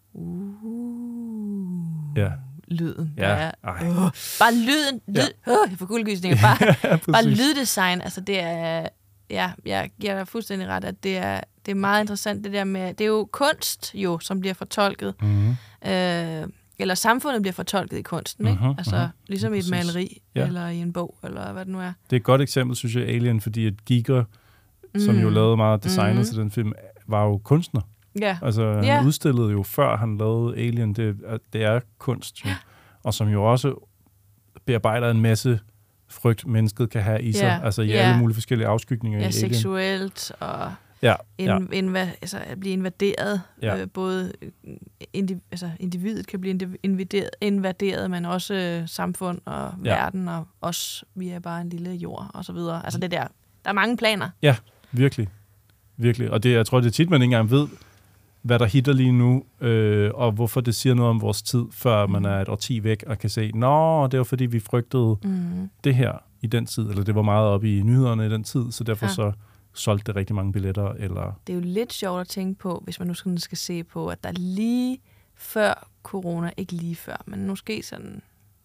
uh, ja, lyden. der ja. er. Ej. Uh, bare lyden. Lyd, Ja. uh, jeg får guldgysninger. Bare, Ja, bare præcis. lyddesign. Altså det er... Ja, jeg giver dig fuldstændig ret, at det er, det er meget interessant, det der med... Det er jo kunst, jo, som bliver fortolket. Mm-hmm. Øh, eller samfundet bliver fortolket i kunsten, ikke? Mhm, Altså mhm. ligesom i et Præcis. maleri, Ja. eller i en bog, eller hvad det nu er. Det er et godt eksempel, synes jeg, Alien, fordi at Giger, mm. som jo Mm. lavede meget af designet Mhm. til den film, var jo kunstner. Ja, Altså, han Ja. udstillede jo, før han lavede Alien, det, er- det er kunst, jo. Ja. Og som jo også bearbejder en masse frygt, mennesket kan have i sig, Ja. altså i Ja. alle mulige forskellige afskygninger ja i Alien. seksuelt, og Ja, in, ja. inva, altså at blive invaderet. Ja. Øh, både indi, altså individet kan blive indiv- invaderet, invaderet, men også øh, samfund og Ja. verden, og os, vi er bare en lille jord, og så videre. Altså det der, der er mange planer. Virkelig. Virkelig. Og det, jeg tror, det er tit, man ikke engang ved, hvad der hitter lige nu, øh, og hvorfor det siger noget om vores tid, før man er et årti væk og kan se, nå, det var fordi, vi frygtede Mm. det her i den tid, eller det var meget oppe i nyhederne i den tid, så derfor Ja. så solgte det rigtig mange billetter, eller... Det er jo lidt sjovt at tænke på, hvis man nu sådan skal se på, at der lige før corona, ikke lige før, men måske sådan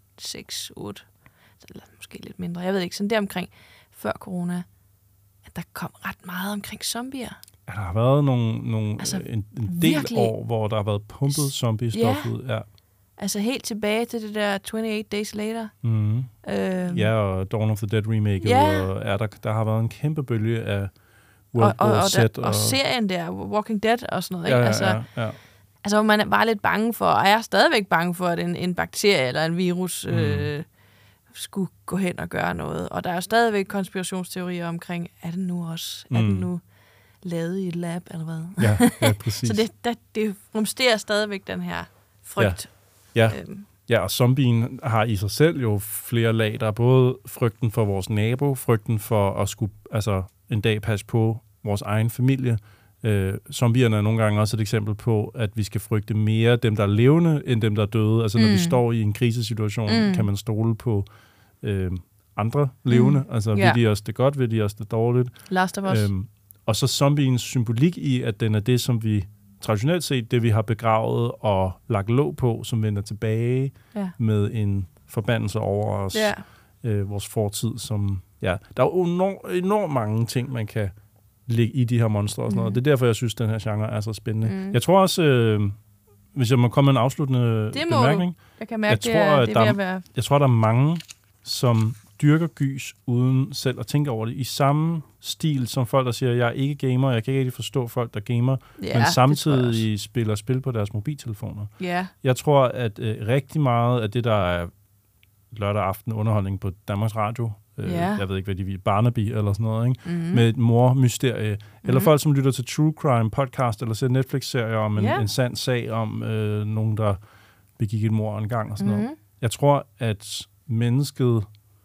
seks otte, eller måske lidt mindre, jeg ved ikke, sådan der omkring før corona, at der kom ret meget omkring zombier. Ja, der har været nogle, nogle, Altså, altså, en, en del virkelig. år, hvor der har været pumpet zombie-stof Ja. ud. Ja. Altså helt tilbage til det der toogtyve Days Later. Mm-hmm. Øhm, Ja, og Dawn of the Dead remake, Ja. og ja, der, der har været en kæmpe bølge af World og, og, War og, Z. der, og serien der, Walking Dead og sådan noget. ja, Ikke? ja, Altså, ja, ja. altså, hvor man var lidt bange for, og jeg er stadigvæk bange for, at en, en bakterie eller en virus Mm. øh, skulle gå hen og gøre noget. Og der er jo stadigvæk konspirationsteorier omkring, er det nu også, er Mm. den nu lavet i et lab, eller hvad? ja, ja, præcis. Så det, det, det rumsterer stadigvæk den her frygt. Ja. Øhm, Ja, og zombien har i sig selv jo flere lag. Der er både frygten for vores nabo, frygten for at skulle altså, en dag passe på vores egen familie. Øh, zombierne er nogle gange også et eksempel på, at vi skal frygte mere dem, der er levende, end dem, der er døde. Altså når Mm. vi står i en krisesituation, Mm. kan man stole på øh, andre levende. Mm. Altså Ja. vil de os det godt, vil de os det dårligt. Last of Us. Øhm, og så zombiens symbolik i, at den er det, som vi traditionelt set, det vi har begravet og lagt låg på, som vender tilbage Ja. med en forbandelse over os, Ja. øh, vores fortid. Som, ja, der er jo enormt, enormt mange ting, man kan lægge i de her monstre og sådan noget. Mm. Det er derfor, jeg synes, den her genre er så spændende. Mm. Jeg tror også, øh, hvis jeg må komme med en afsluttende Det må bemærkning, Jeg kan mærke, Jeg det tror, er, at det der er ved er- at være... jeg tror, der er mange, som dyrker gys uden selv at tænke over det. I samme stil som folk, der siger, jeg er ikke gamer, jeg kan ikke rigtig forstå folk, der gamer, Ja, men det tror jeg samtidig spiller spil på deres mobiltelefoner. også. Ja. Jeg tror, at øh, rigtig meget af det, der er lørdag aften underholdning på Danmarks Radio, øh, Ja. jeg ved ikke, hvad de vil, Barnaby eller sådan noget, ikke? Mm. Med et mor-mysterie. Mm. Eller Mhm. folk, som lytter til True Crime podcast, eller ser Netflix-serier om en, Ja. en sand sag om øh, nogen, der begik et mord en gang og sådan Mm. noget. Jeg tror, at mennesket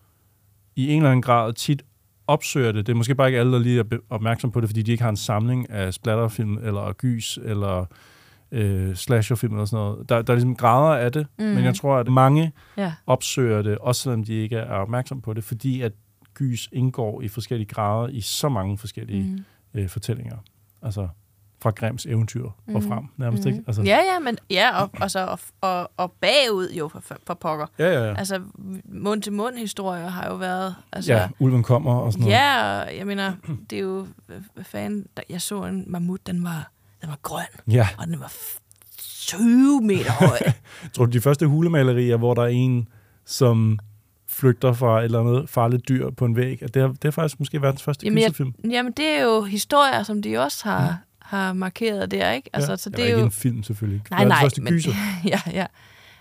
i en eller anden grad tit opsøger det. Det er måske bare ikke alle, der lige er be- opmærksom på det, fordi de ikke har en samling af splatterfilm, eller gys, eller øh, slasherfilm, eller sådan noget. Der, der er ligesom grader af det, Mm. mm. men jeg tror, at mange Ja. opsøger det, også selvom de ikke er opmærksom på det, fordi at gys indgår i forskellige grader i så mange forskellige Mm. øh, fortællinger. Altså fra Grimms eventyr Mm. og frem, nærmest, ikke? Altså, Ja, ja, men ja, og, og, så, og, og, og bagud jo for, for pokker. ja, ja, ja. Altså, mund-til-mund-historier har jo været... Altså, Ja, ulven kommer og sådan noget. ja, og jeg mener, det er jo... Hvad fanden... der- Jeg så en mammut, den var, den var grøn, Ja. og den var f- tyve meter høj. Tror du, de første hulemalerier, hvor der er en, som flygter fra et eller andet farligt dyr på en væg, at det er, det er faktisk måske verdens første Jamen, jeg- gyserfilm? Jamen, det er jo historier, som de også har, mm. har markeret der, ikke? Altså, ja. så det det er er ikke jo... en film, selvfølgelig. Nej, Verdens nej, første men, gyser. ja, ja.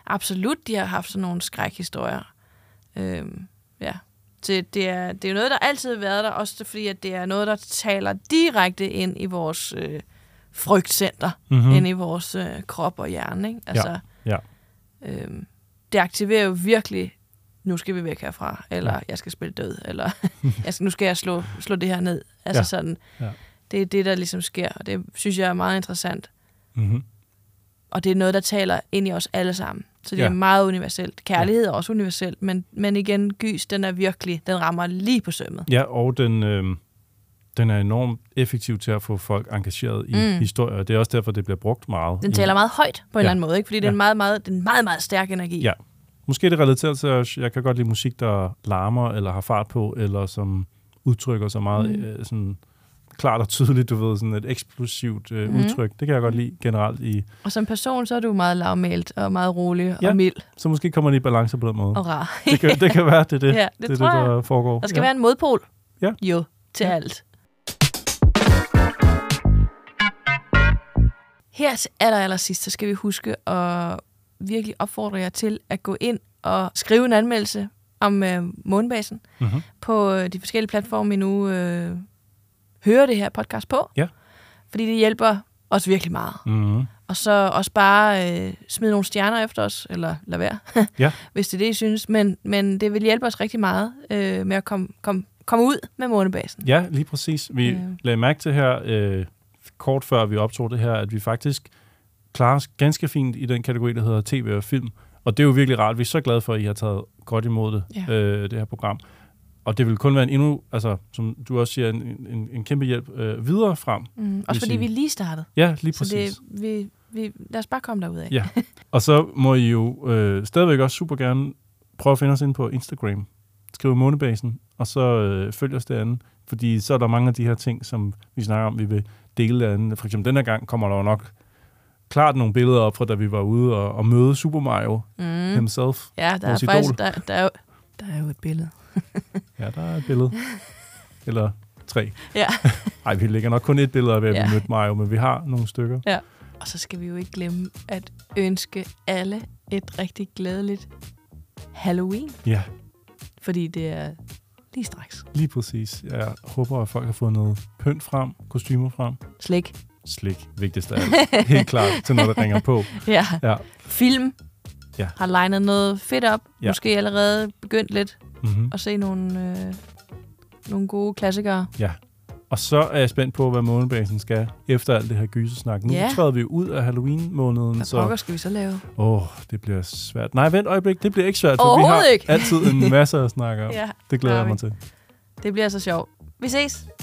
absolut, de har haft sådan nogle skrækhistorier. Øhm, ja. Så det er, det er noget, der altid har været der, også fordi at det er noget, der taler direkte ind i vores øh, frygtcenter, mm-hmm. ind i vores øh, krop og hjerne. Ikke? Altså, ja. Ja. Øhm, det aktiverer jo virkelig, nu skal vi væk herfra, eller ja. jeg skal spille død, eller jeg skal, nu skal jeg slå, slå det her ned. Altså ja. sådan, ja. Det er det, der ligesom sker, og det synes jeg er meget interessant. Mm-hmm. Og det er noget, der taler ind i os alle sammen. Så det ja. er meget universelt. Kærlighed ja. er også universelt, men, men igen, gys, den er virkelig, den rammer lige på sømmet. Ja, og den, øh, den er enormt effektiv til at få folk engageret i mm. historier. Det er også derfor, det bliver brugt meget. Den taler meget højt på en ja. eller anden måde, ikke? Fordi det er ja. en meget, meget, det er en meget, meget stærk energi. Ja. Måske er det relateret til, at jeg kan godt lide musik, der larmer, eller har fart på, eller som udtrykker så meget mm. øh, sådan klart og tydeligt, du ved, sådan et eksplosivt øh, mm. udtryk. Det kan jeg godt lide generelt i... Og som person, så er du meget lavmælt og meget rolig ja, og mild. Så måske kommer det i balance på den måde. Og rar. det, kan, det kan være, det er det, ja, det, det, det, det der foregår. Der skal ja. være en modpol. Ja. Jo, til ja. alt. Her til aller, aller sidst, så skal vi huske at virkelig opfordre jer til at gå ind og skrive en anmeldelse om øh, Månebasen mm-hmm. på øh, de forskellige platforme, I nu øh, hører det her podcast på. Ja. Fordi det hjælper os virkelig meget. Mm-hmm. Og så også bare øh, smide nogle stjerner efter os, eller lad være, ja. hvis det er det, I synes. Men, men det vil hjælpe os rigtig meget øh, med at komme kom, kom ud med Månebasen. Ja, lige præcis. Vi øh. lagde mærke til her, øh, kort før vi optog det her, at vi faktisk klarer os ganske fint i den kategori, der hedder tv og film. Og det er jo virkelig rart. Vi er så glade for, at I har taget godt imod det, ja. øh, det her program. Og det vil kun være en endnu, altså, som du også siger, en, en, en kæmpe hjælp øh, videre frem. Mm, også fordi sige. vi lige startede. Ja, lige præcis. Så det, vi, vi, lad os bare komme derud af. Ja. Og så må I jo øh, stadigvæk også super gerne prøve at finde os ind på Instagram. Skriv Månebasen, og så øh, følg os derinde. Fordi så er der mange af de her ting, som vi snakker om, vi vil dele derinde. For eksempel denne gang kommer der jo nok klart nogle billeder op fra, da vi var ude og, og møde Super Mario mm. himself. Ja, der er idol. faktisk der, der, er jo, der er jo et billede. Ja, der er et billede. Eller tre. Ja. Ej, vi lægger nok kun et billede af, hvad ja. vi mødte Mario, men vi har nogle stykker. Ja. Og så skal vi jo ikke glemme at ønske alle et rigtig glædeligt Halloween. Ja. Fordi det er lige straks. Lige præcis. Jeg håber, at folk har fået noget pynt frem, kostymer frem. Slik. Slik, vigtigst af alt. Helt klart til noget, der ringer på. Ja. ja. Film. Ja. Har legnet noget fedt op. Ja. Måske allerede begyndt lidt mm-hmm. at se nogle, øh, nogle gode klassikere. Ja. Og så er jeg spændt på, hvad Månebasen skal efter alt det her gysersnak. Nu ja. træder vi ud af Halloween-måneden. Hvad pokker skal vi så lave? Åh, oh, det bliver svært. Nej, vent øjeblik, det bliver ikke svært, for vi har ikke. altid en masse at snakke om. Ja, det glæder jeg mig til. Det bliver så sjovt. Vi ses!